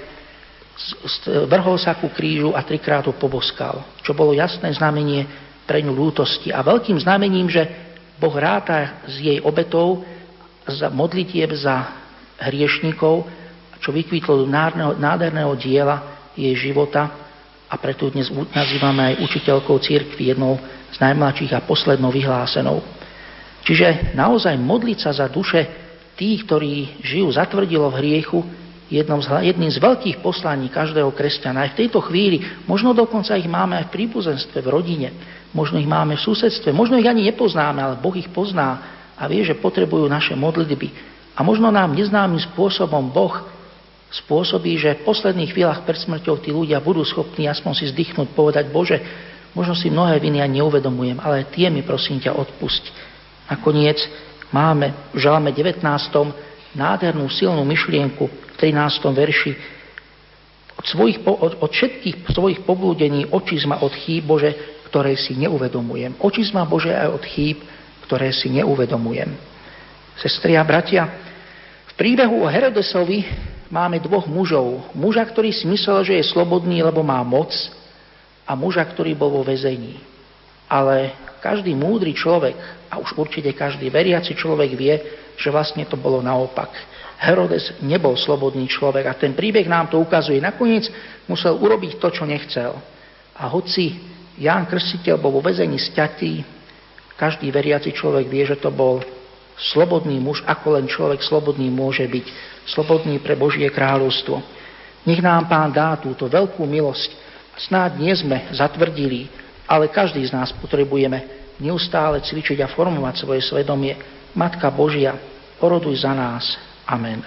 vrhol sa ku krížu a trikrát ho poboskal, čo bolo jasné znamenie pre ňu lútosti a veľkým znamením, že Boh ráta s jej obetou za modlitieb za hriešnikov, čo vykvítlo do nádherného diela jej života a preto dnes nazývame aj učiteľkou cirkvi, jednou z najmladších a poslednou vyhlásenou. Čiže naozaj modliť sa za duše tých, ktorí žijú zatvrdilo v hriechu, Jednom z, jedným z veľkých poslaní každého kresťana. Aj v tejto chvíli, možno dokonca ich máme aj v príbuzenstve, v rodine, možno ich máme v susedstve, možno ich ani nepoznáme, ale Boh ich pozná a vie, že potrebujú naše modlitby. A možno nám neznámym spôsobom Boh spôsobí, že v posledných chvíľach pred smrťou tí ľudia budú schopní aspoň si zdychnúť, povedať, Bože, možno si mnohé viny ani neuvedomujem, ale tie mi prosím ťa odpusť. Nakoniec máme v Žalme devätnástom nádhernú silnú myšlienku v trinástom verši. Od, svojich, od, od všetkých svojich poblúdení očísť ma od chýb, Bože, ktoré si neuvedomujem. Očísť ma, Bože, aj od chýb, ktoré si neuvedomujem. Sestri a bratia, v príbehu o Herodesovi máme dvoch mužov. Muža, ktorý si myslel, že je slobodný, lebo má moc, a muža, ktorý bol vo väzení. Ale každý múdry človek, a už určite každý veriaci človek vie, že vlastne to bolo naopak. Herodes nebol slobodný človek a ten príbeh nám to ukazuje. Nakoniec musel urobiť to, čo nechcel. A hoci Ján Krstiteľ bol vo väzení sťatý, každý veriaci človek vie, že to bol slobodný muž, ako len človek slobodný môže byť. Slobodný pre Božie kráľovstvo. Nech nám Pán dá túto veľkú milosť. Snáď nie sme zatvrdili, ale každý z nás potrebujeme neustále cvičiť a formovať svoje svedomie. Matka Božia, oroduj za nás. Amen.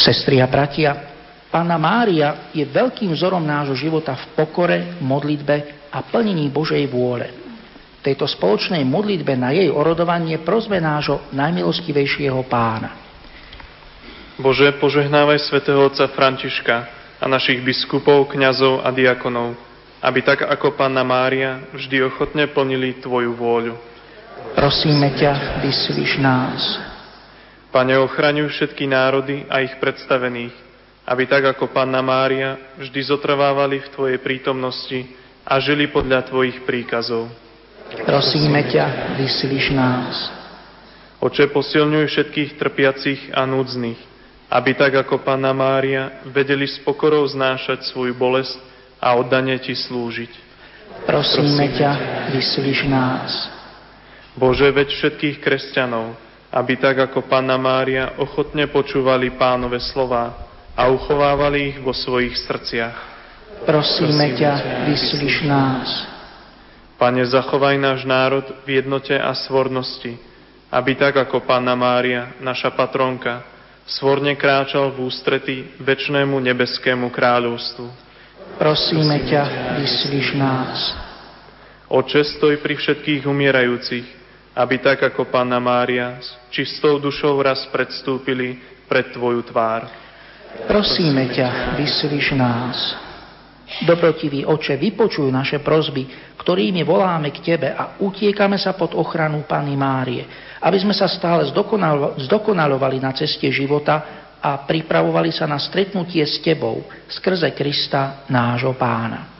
Sestry a bratia, Panna Mária je veľkým vzorom nášho života v pokore, modlitbe a plnení Božej vôle. V tejto spoločnej modlitbe na jej orodovanie prosme nášho najmilostivejšieho Pána. Bože, požehnávaj svätého otca Františka a našich biskupov, kňazov a diakonov, aby tak ako Panna Mária vždy ochotne plnili Tvoju vôľu. Prosíme ťa, vyslíš nás. Pane, ochraňuj všetky národy a ich predstavených, aby tak ako Panna Mária vždy zotrvávali v Tvojej prítomnosti a žili podľa Tvojich príkazov. Prosíme ťa, vyslíš nás. Oče, posilňuj všetkých trpiacich a núdznych, aby tak ako Panna Mária vedeli s pokorou znášať svoju bolesť a oddane Ti slúžiť. Prosíme ťa, vyslíš nás. Bože, veď všetkých kresťanov, aby tak ako Panna Mária ochotne počúvali Pánove slová a uchovávali ich vo svojich srdciach. Prosíme ťa, vyslíš nás. Pane, zachovaj náš národ v jednote a svornosti, aby tak ako Panna Mária, naša patronka, svorne kráčal v ústrety večnému nebeskému kráľovstvu. Prosíme ťa, vyslíš nás. Oče, stoj pri všetkých umierajúcich, aby tak ako Panna Mária s čistou dušou raz predstúpili pred Tvoju tvár. Prosíme ťa, vyslíš nás. Dobrotivý Oče, vypočuj naše prosby, ktorými voláme k Tebe a utiekame sa pod ochranu Panny Márie, aby sme sa stále zdokonalo, zdokonalovali na ceste života a pripravovali sa na stretnutie s Tebou skrze Krista, nášho Pána.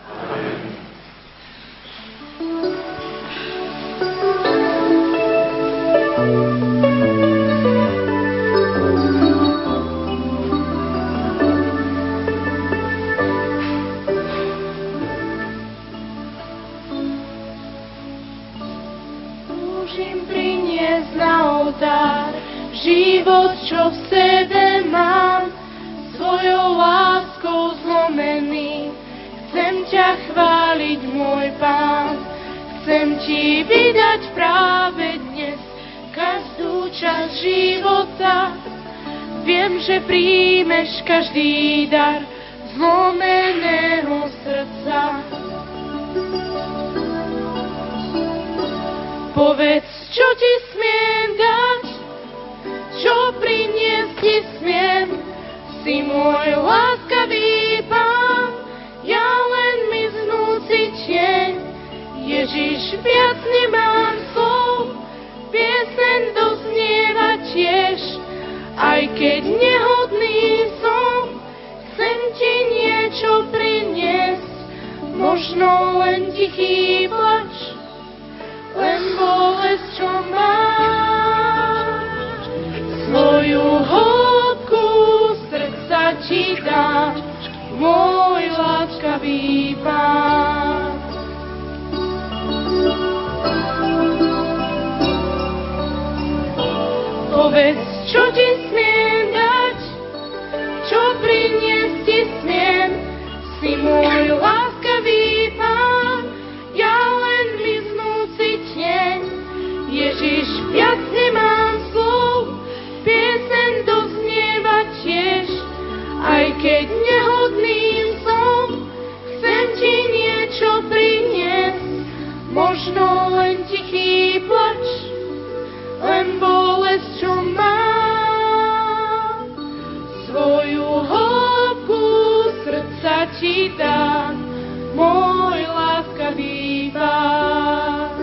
Život, čo v sebe mám, svojou láskou zlomený. Chcem ťa chváliť, môj Pán. Chcem Ti vydať práve dnes každú časť života. Viem, že príjmeš každý dar zlomeného srdca. Povedz, čo Ti smiem dať, čo priniesť Ti smiem, si môj láskavý Pán, ja len miznúci tieň. Ježiš, viac nemám slov, pieseň doznieva tiež, aj keď nehodný som, chcem Ti niečo priniesť, možno len tichý plač, len bolesť, čo mám. Svoju hĺbku srdca Ti dám, môj láskavý Pán. Povedz, čo Ti smiem dať, čo priniesť Ti smiem, si môj láskavý Pán, ja len miznúci tieň. Ježiš, viac nemám slov, pieseň doznieva tiež, aj keď nehodným som, chcem Ti niečo priniesť, možno len tichý plač, len bolesť, čo mám. Svoju hĺbku srdca Ti dám, môj láskavý Pán.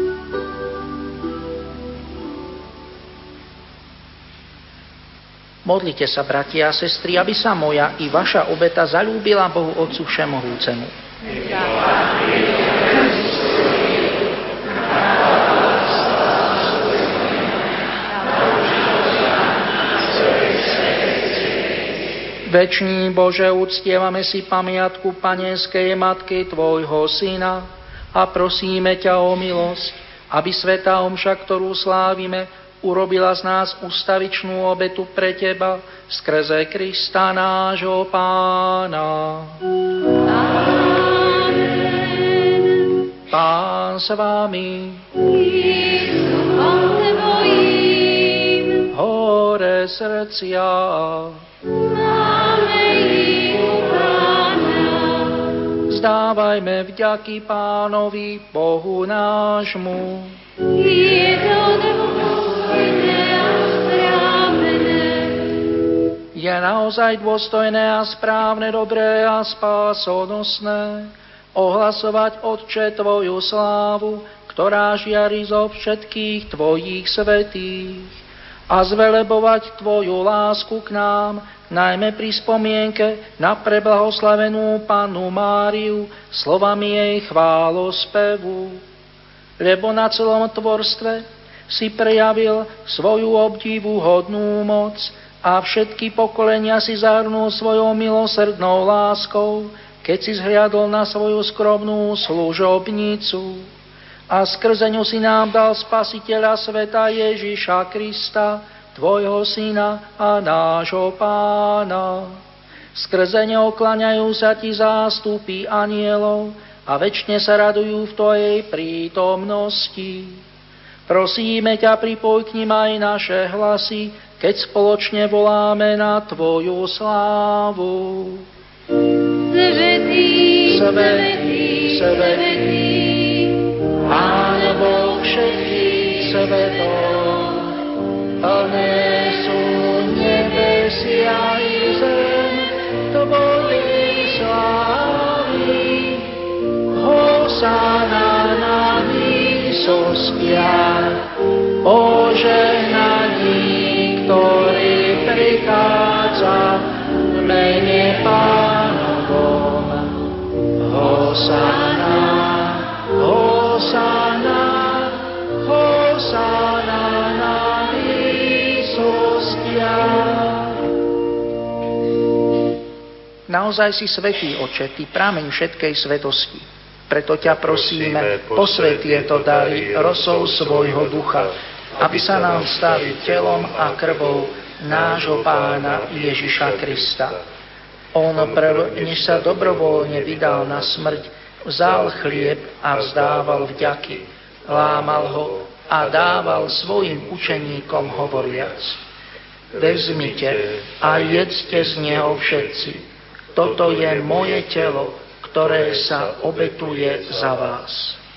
Modlite sa, bratia a sestry, aby sa moja i vaša obeta zaľúbila Bohu Otcu Všemohúcemu. Večný Bože, uctievame si pamiatku panenskej matky Tvojho Syna a prosíme ťa o milosť, aby svätá omša, ktorú slávime, urobila z nás ustavičnú obetu pre Teba skrze Krista nášho Pána. Amen. Pán s vami. Hore srdcia. Máme ich u Pána. Vzdávajme vďaky Pánovi, Bohu nášmu. Je to dôstojné a správne. Je naozaj dôstojné a správne, dobré a spásonosné ohlasovať, Otče, Tvoju slávu, ktorá žiari zo všetkých Tvojich svätých, a zvelebovať Tvoju lásku k nám, najmä pri spomienke na preblahoslavenú Pannu Máriu slovami jej chválospevu. Lebo na celom tvorstve si prejavil svoju obdivuhodnú moc a všetky pokolenia si zahrnul svojou milosrdnou láskou, keď si zhliadol na svoju skromnú služobnicu. A skrze ňu si nám dal Spasiteľa sveta Ježiša Krista, Tvojho Syna a nášho Pána. Skrze ňou kláňajú sa Ti zástupy anielov a večne sa radujú v Tvojej prítomnosti. Prosíme ťa, pripoj k nim aj naše hlasy, keď spoločne voláme na Tvoju slávu. Svätý, Svätý, svätý, Pán Boh všetkých svetov, plné sú nebesia i zem Tvojej slávy. Hosana na výsostiach, požehnaný, ktorý prichádza v mene Pánovom. Hosana, Hosana, Hosana na výsostiach. Naozaj si svätý, Otče, Ty prameň všetkej svetosti. Preto ťa prosíme, posväť tieto dary rosou svojho ducha, aby sa nám stali telom a krvou nášho Pána Ježiša Krista. On prv, než sa dobrovoľne vydal na smrť, vzal chlieb a vzdával vďaky, lámal ho a dával svojim učeníkom hovoriac: Vezmite a jedzte z neho všetci. Toto je moje telo, ktoré sa obetuje za vás.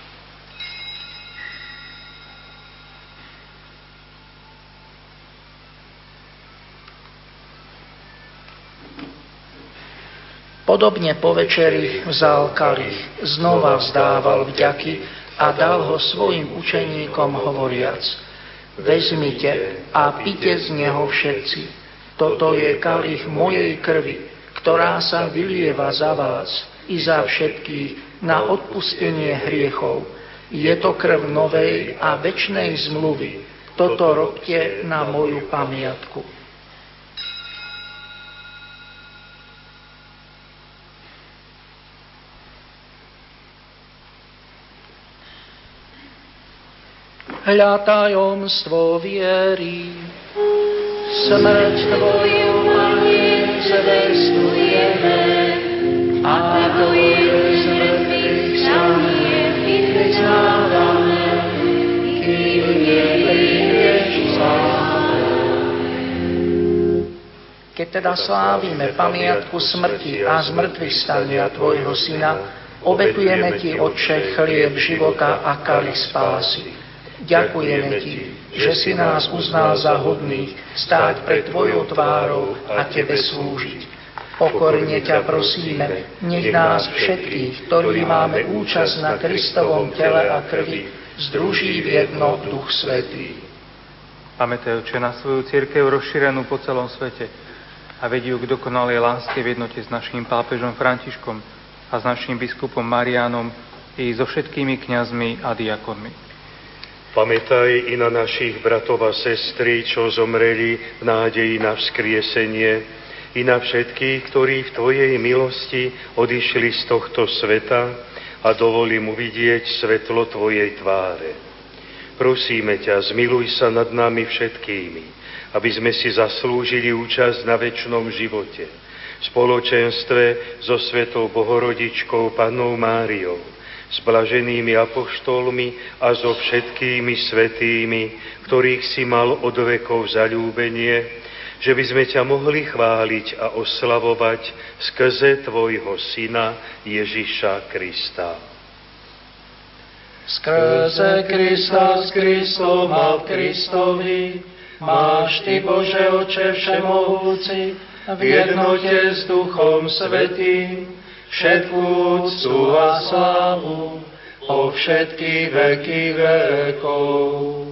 Podobne po večeri vzal kalich, znova vzdával vďaky a dal ho svojim učeníkom hovoriac: Vezmite a pite z neho všetci. Toto je kalich mojej krvi, ktorá sa vylieva za vás i za všetkých na odpustenie hriechov. Je to krv novej a večnej zmluvy. Toto robte na moju pamiatku. Hľa tajomstvo viery, smrť Tvoju, Pane, zvestujeme, a Tvoje zmrtvých stanie vyznávame, kým neprídeš sláva. Keď teda slávime pamiatku smrti a zmrtvých stania Tvojho Syna, obetujeme Ti, Otče, chlieb života a kalich spásy. Ďakujeme Ti, že si nás uznal za hodných stáť pred Tvojou tvárou a Tebe slúžiť. Pokorne ťa prosíme, nech nás všetkých, ktorí máme účasť na Kristovom tele a krvi, združí v jedno Duch Svätý. Pamätaj, Otče, na svoju cirkev rozšírenú po celom svete a vedí ju k dokonalej láske v jednote s naším pápežom Františkom a s naším biskupom Mariánom i so všetkými kňazmi a diakonmi. Pamätaj i na našich bratov a sestry, čo zomreli v nádeji na vzkriesenie, i na všetkých, ktorí v Tvojej milosti odišli z tohto sveta a dovoli mu vidieť svetlo Tvojej tváre. Prosíme ťa, zmiluj sa nad nami všetkými, aby sme si zaslúžili účasť na večnom živote, v spoločenstve so Svetou Bohorodičkou Pannou Máriou, s blaženými apoštolmi a so všetkými svätými, ktorých si mal od vekov zaľúbenie, že by sme ťa mohli chváliť a oslavovať skrze tvojho Syna Ježiša Krista. Skrze Krista, s Kristom a v Kristovi, máš Ty, Bože Oče všemohúci, v jednote s Duchom Svätým, všetkú úctu a slávu po všetky veky vekov.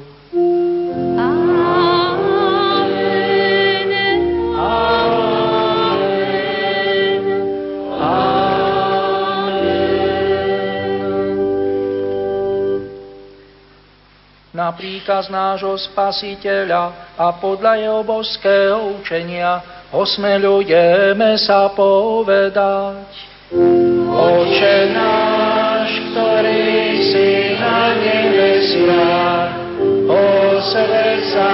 Na príkaz nášho Spasiteľa a podľa jeho božského učenia osmeľujeme sa povedať: Oče náš, ktorý si na nebesiach, posväť sa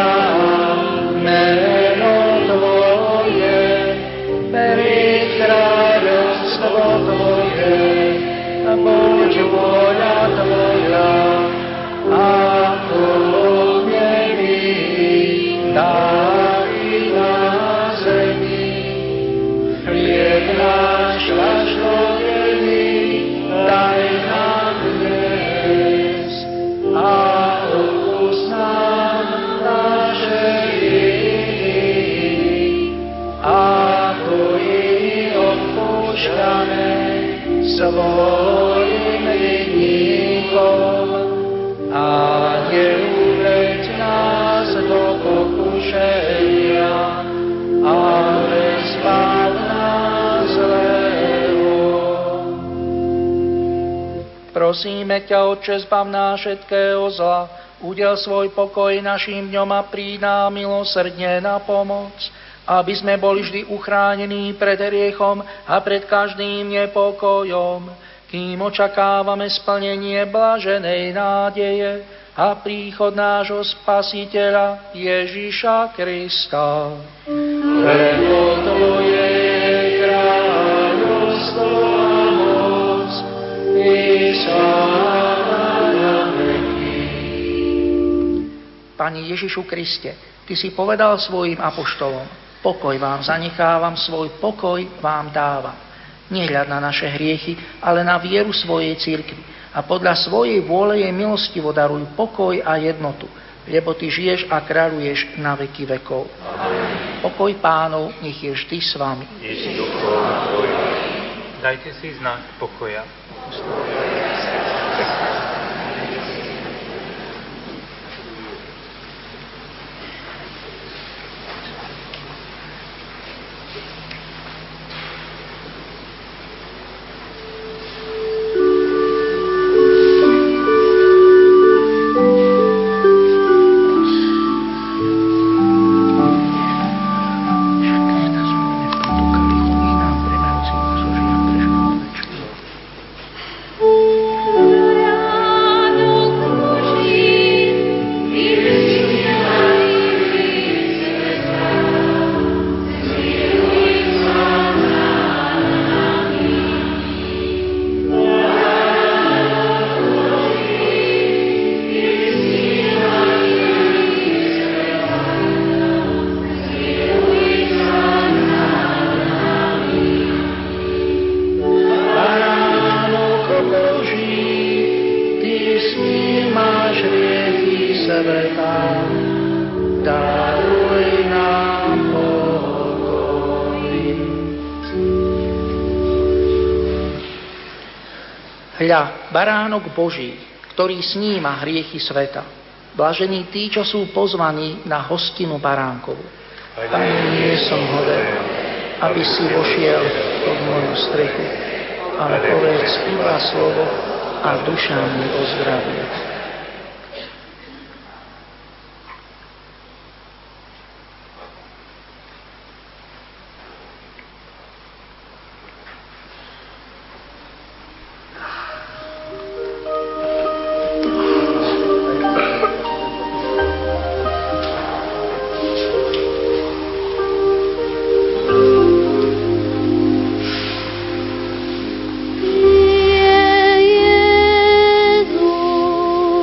meno Tvoje, príď kráľovstvo Tvoje, buď vôľa Tvoja, ako v nebi, tak i na zemi. Chlieb náš každodenný daj nám dnes a odpusť nám naše viny, ako i odpúšťame svojim vinníkom. A neuveď nás do pokušenia, ale zbav nás zlého. Prosíme ťa, Otče, zbav nás všetkého zla, udel svoj pokoj našim dňom a príď nám milosrdne na pomoc, aby sme boli vždy uchránení pred hriechom a pred každým nepokojom, kým očakávame splnenie blaženej nádeje a príchod nášho Spasiteľa Ježiša Krista. Lebo Tvoje je kráľovstvo a moc i sláva na veky. Pani Ježišu Kriste, Ty si povedal svojim apoštolom: pokoj vám zanechávam, svoj pokoj vám dávam. Nehľad na naše hriechy, ale na vieru svojej cirkvi a podľa svojej vôle jej milostivo daruj pokoj a jednotu, lebo Ty žiješ a kráľuješ na veky vekov. Amen. Pokoj Pánov nech je vždy s vami. Dajte si znak pokoja. Hľa, baránok Boží, ktorý sníma hriechy sveta. Blažení tí, čo sú pozvaní na hostinu baránkovu. Pane, nie som hoden, aby si vošiel pod moju strechu, ale povedz iba slovo a duša mi ozdravie. Jezu,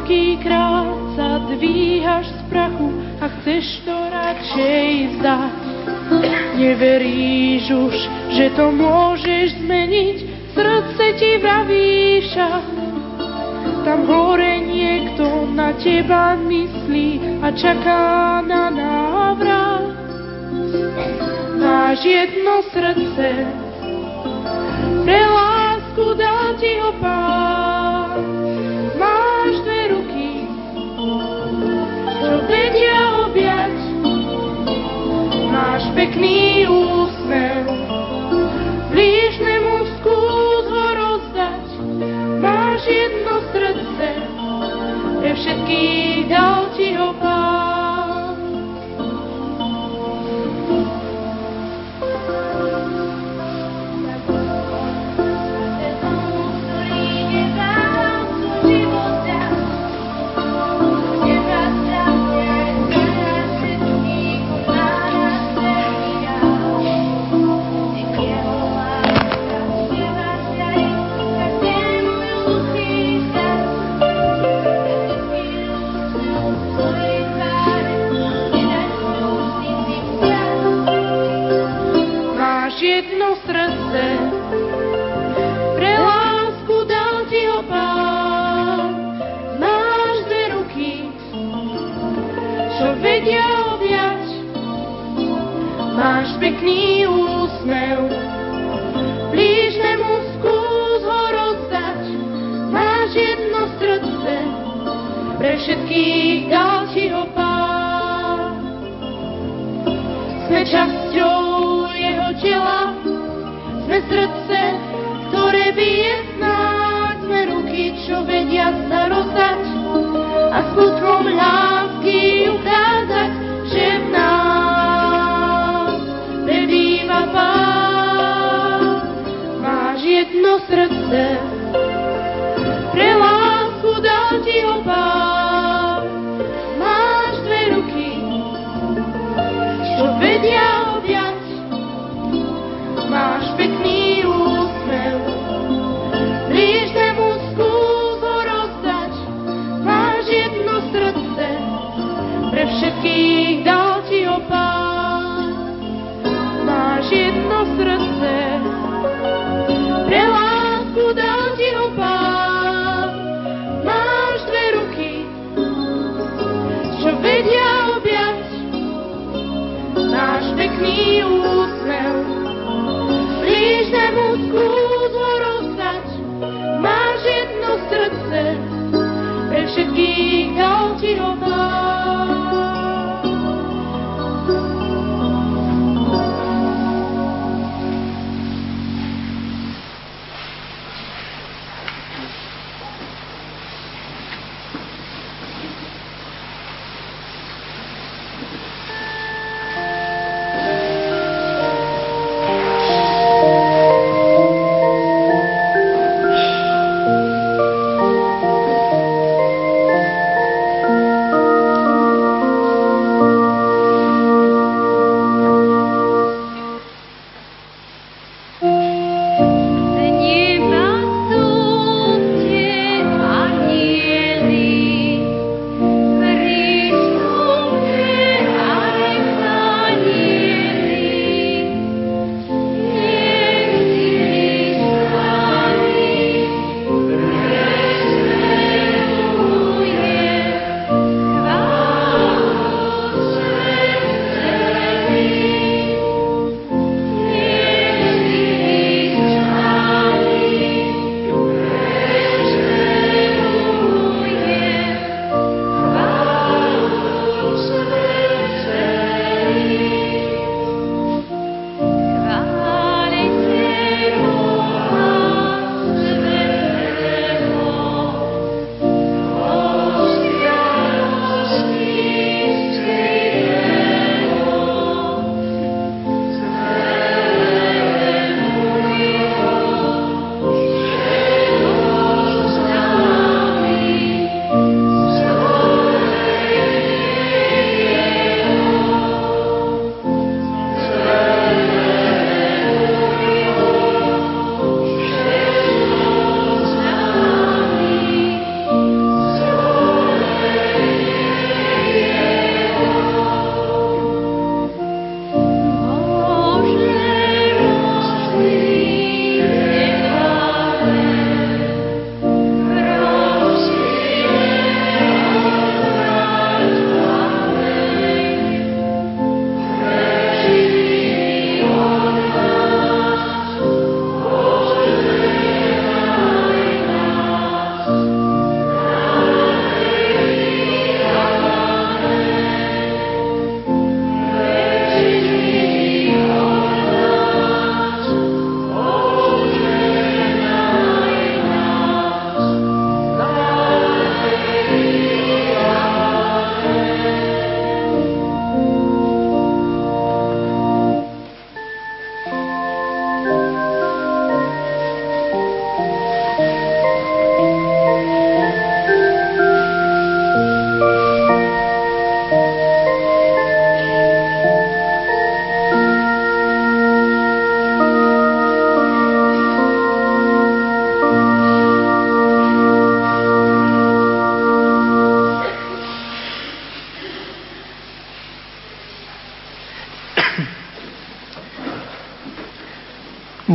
koľkýkrát sa dvíhaš z prachu a chceš to radšej vzdať. Neveríš už, že to môžeš zmeniť, srdce ti vraví však. Tam hore niekto na teba myslí a čaká na návrat. Máš jedno srdce, pre lásku dá ti ho Pán. Máš dve ruky, čo vedia objať. Máš pekný úsmev, blížnemu skús ho rozdať. Máš jedno srdce, pre všetkých dal ti ho Pán. Jedno srdce, pre lásku dal ti ho Pán. Máš dve ruky, čo vedia objať. Máš pekný úsmev, blížnemu skús ho rozdať. Máš jedno srdce, pre všetkých dal ti ho Pán. Sme časťou jeho tela, sme srdce, ktoré bije snáď, sme ruky, čo vedia sa rozdať a skutkom lásky ukázať, že v nás prebýva Pán. Máš jedno srdce, pre lásku dal ti ho Pán. Máš dve ruky, čo vedia objať. Máš pekný úsmev, blížnemu skús ho rozdať. Máš jedno srdce, pre všetkých dal ti ho Pán. Máš jedno srdce, pre lásku dal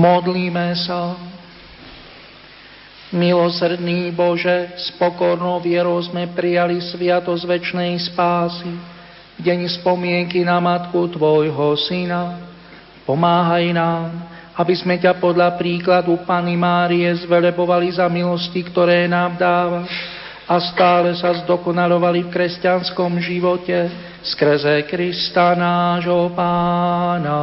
Modlíme sa. Milosrdný Bože, s pokornou vierou sme prijali sviatosť večnej spásy, deň spomienky na matku Tvojho Syna. Pomáhaj nám, aby sme ťa podľa príkladu Panny Márie zvelebovali za milosti, ktoré nám dávaš, a stále sa zdokonalovali v kresťanskom živote skrze Krista nášho Pána.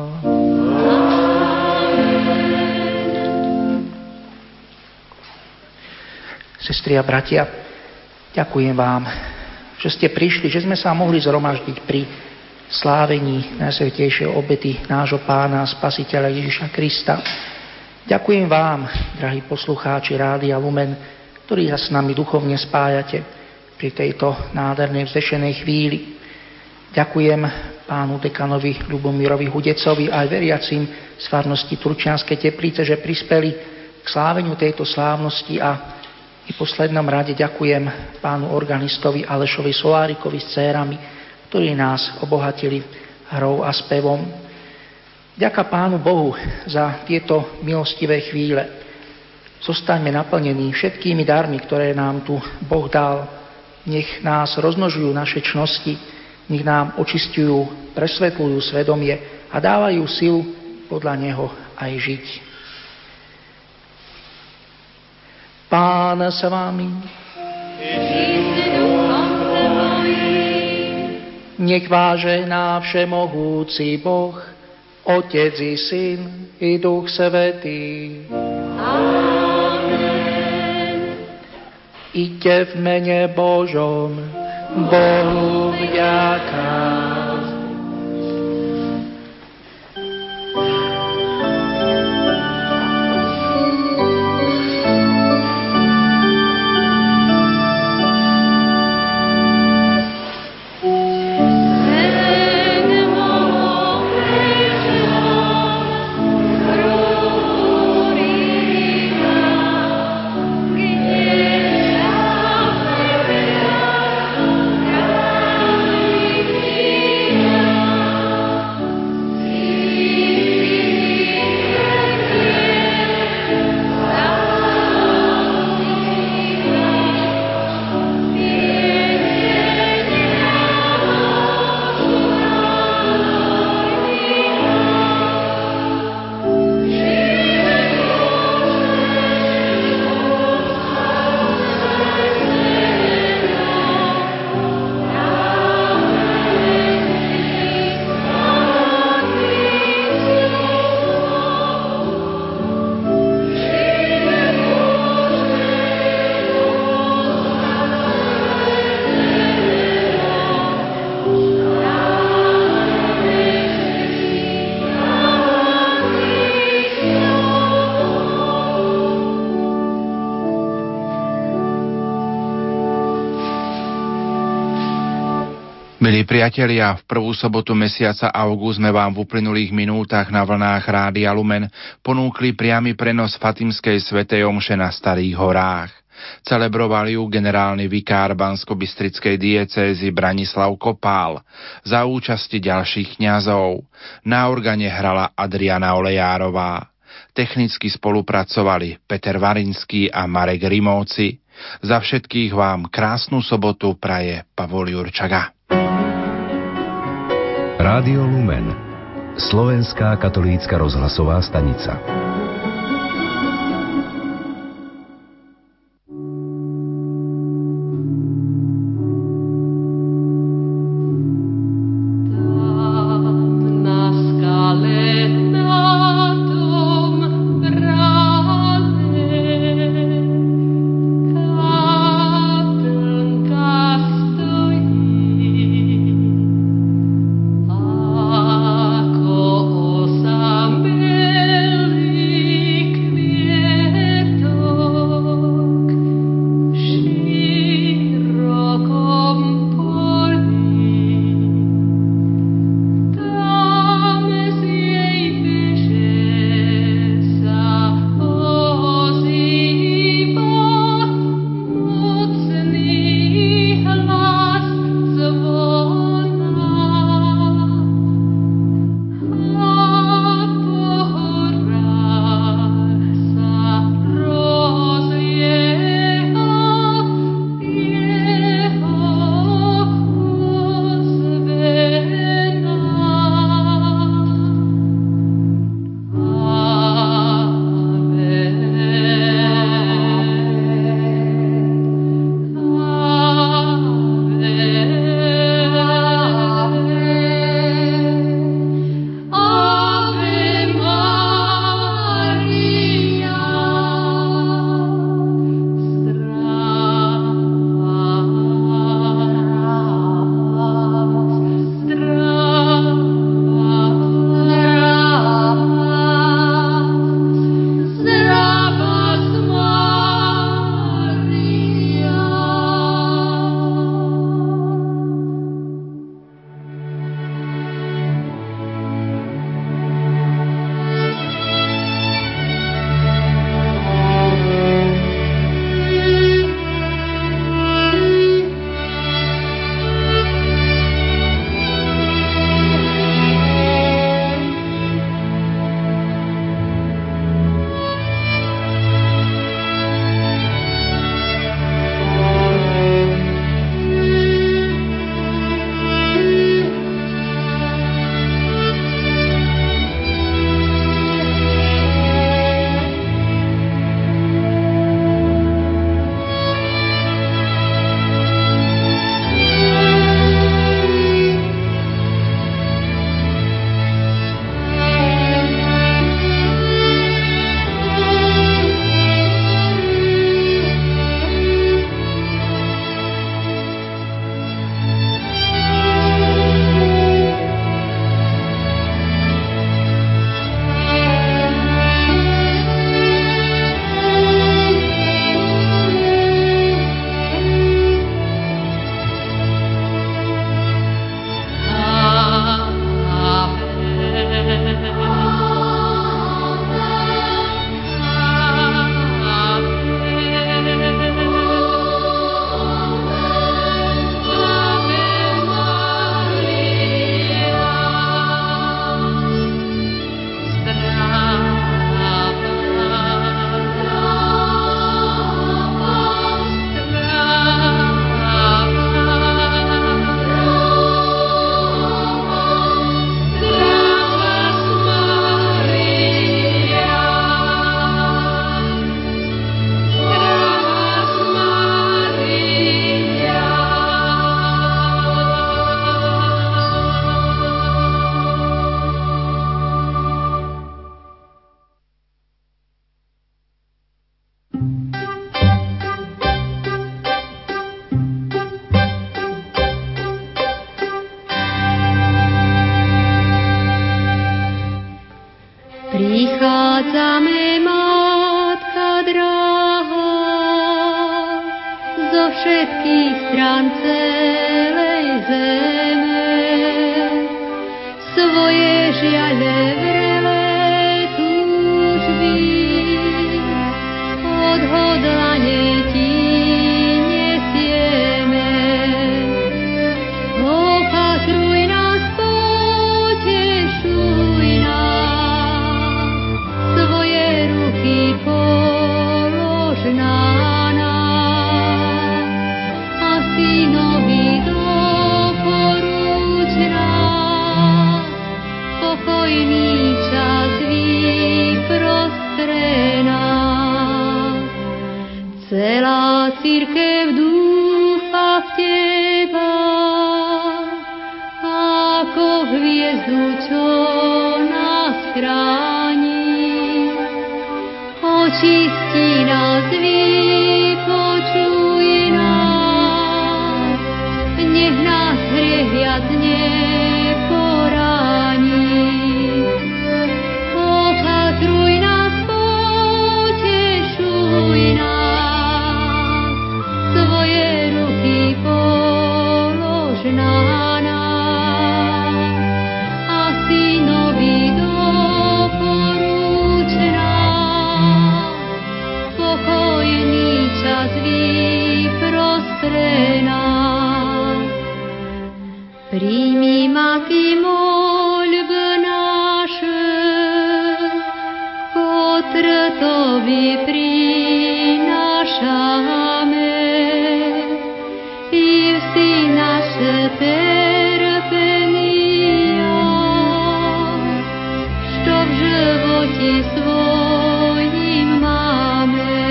Sestri a bratia, ďakujem vám, že ste prišli, že sme sa mohli zhromaždiť pri slávení najsvätejšej obety nášho Pána a Spasiteľa Ježiša Krista. Ďakujem vám, drahí poslucháči Rádia Lumen, ktorí sa s nami duchovne spájate pri tejto nádhernej vzdešenej chvíli. Ďakujem pánu dekanovi Ľubomirovi Hudecovi aj veriacim z farnosti Turčianskej Teplice, že prispeli k sláveniu tejto slávnosti, a v poslednom rade ďakujem pánu organistovi Alešovi Solárikovi s dcérami, ktorí nás obohatili hrou a spevom. Ďaká pánu Bohu za tieto milostivé chvíle. Zostaňme naplnení všetkými darmi, ktoré nám tu Boh dal. Nech nás rozmnožujú naše čnosti, nech nám očistujú, presvetľujú svedomie a dávajú silu podľa Neho aj žiť. Pán s vami. Nech vás žehná všemohúci Boh, Otec i Syn i Duch Svätý. Iďte v mene Božom, Bohu vďaka. Milí priatelia, v prvú sobotu mesiaca august sme vám v uplynulých minútach na vlnách Rádia Lumen ponúkli priamy prenos Fatimskej svätej omše na Starých horách. Celebroval ju generálny vikár banskobystrickej diecézy Branislav Kopál za účasti ďalších kňazov. Na organe hrala Adriana Olejárová. Technicky spolupracovali Peter Varinský a Marek Rimovci. Za všetkých vám krásnu sobotu praje Pavol Jurčaga. Rádio Lumen, slovenská katolícka rozhlasová stanica. Ako osameli všetkých strán celej zeme. Svoje žiale vrele túžby odhodlane ti nesieme. Opatruj nás, potešuj nás, svoje ruky polož na nás a synovi doporuč nás, pokojný čas vyprostre nás. Celá cirkev dúfa v teba, ako hviezdu, čo nás chráni. Očisti nás, vypočuj nás, nech nás hriech viac neporáni. Opatruj nás, potešuj nás, svoje ruky polož na nás a synovi doporuč nás, pokojný čas vyprostre nás. Príjmi, Matky, moľby naše, ktoré Tobie prinášame, i vsi naše terpenia, što v živote svojim máme.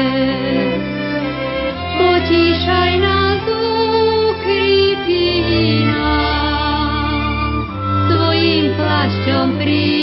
Potíšaj nás, ukrypí nás, svojim plášťom pri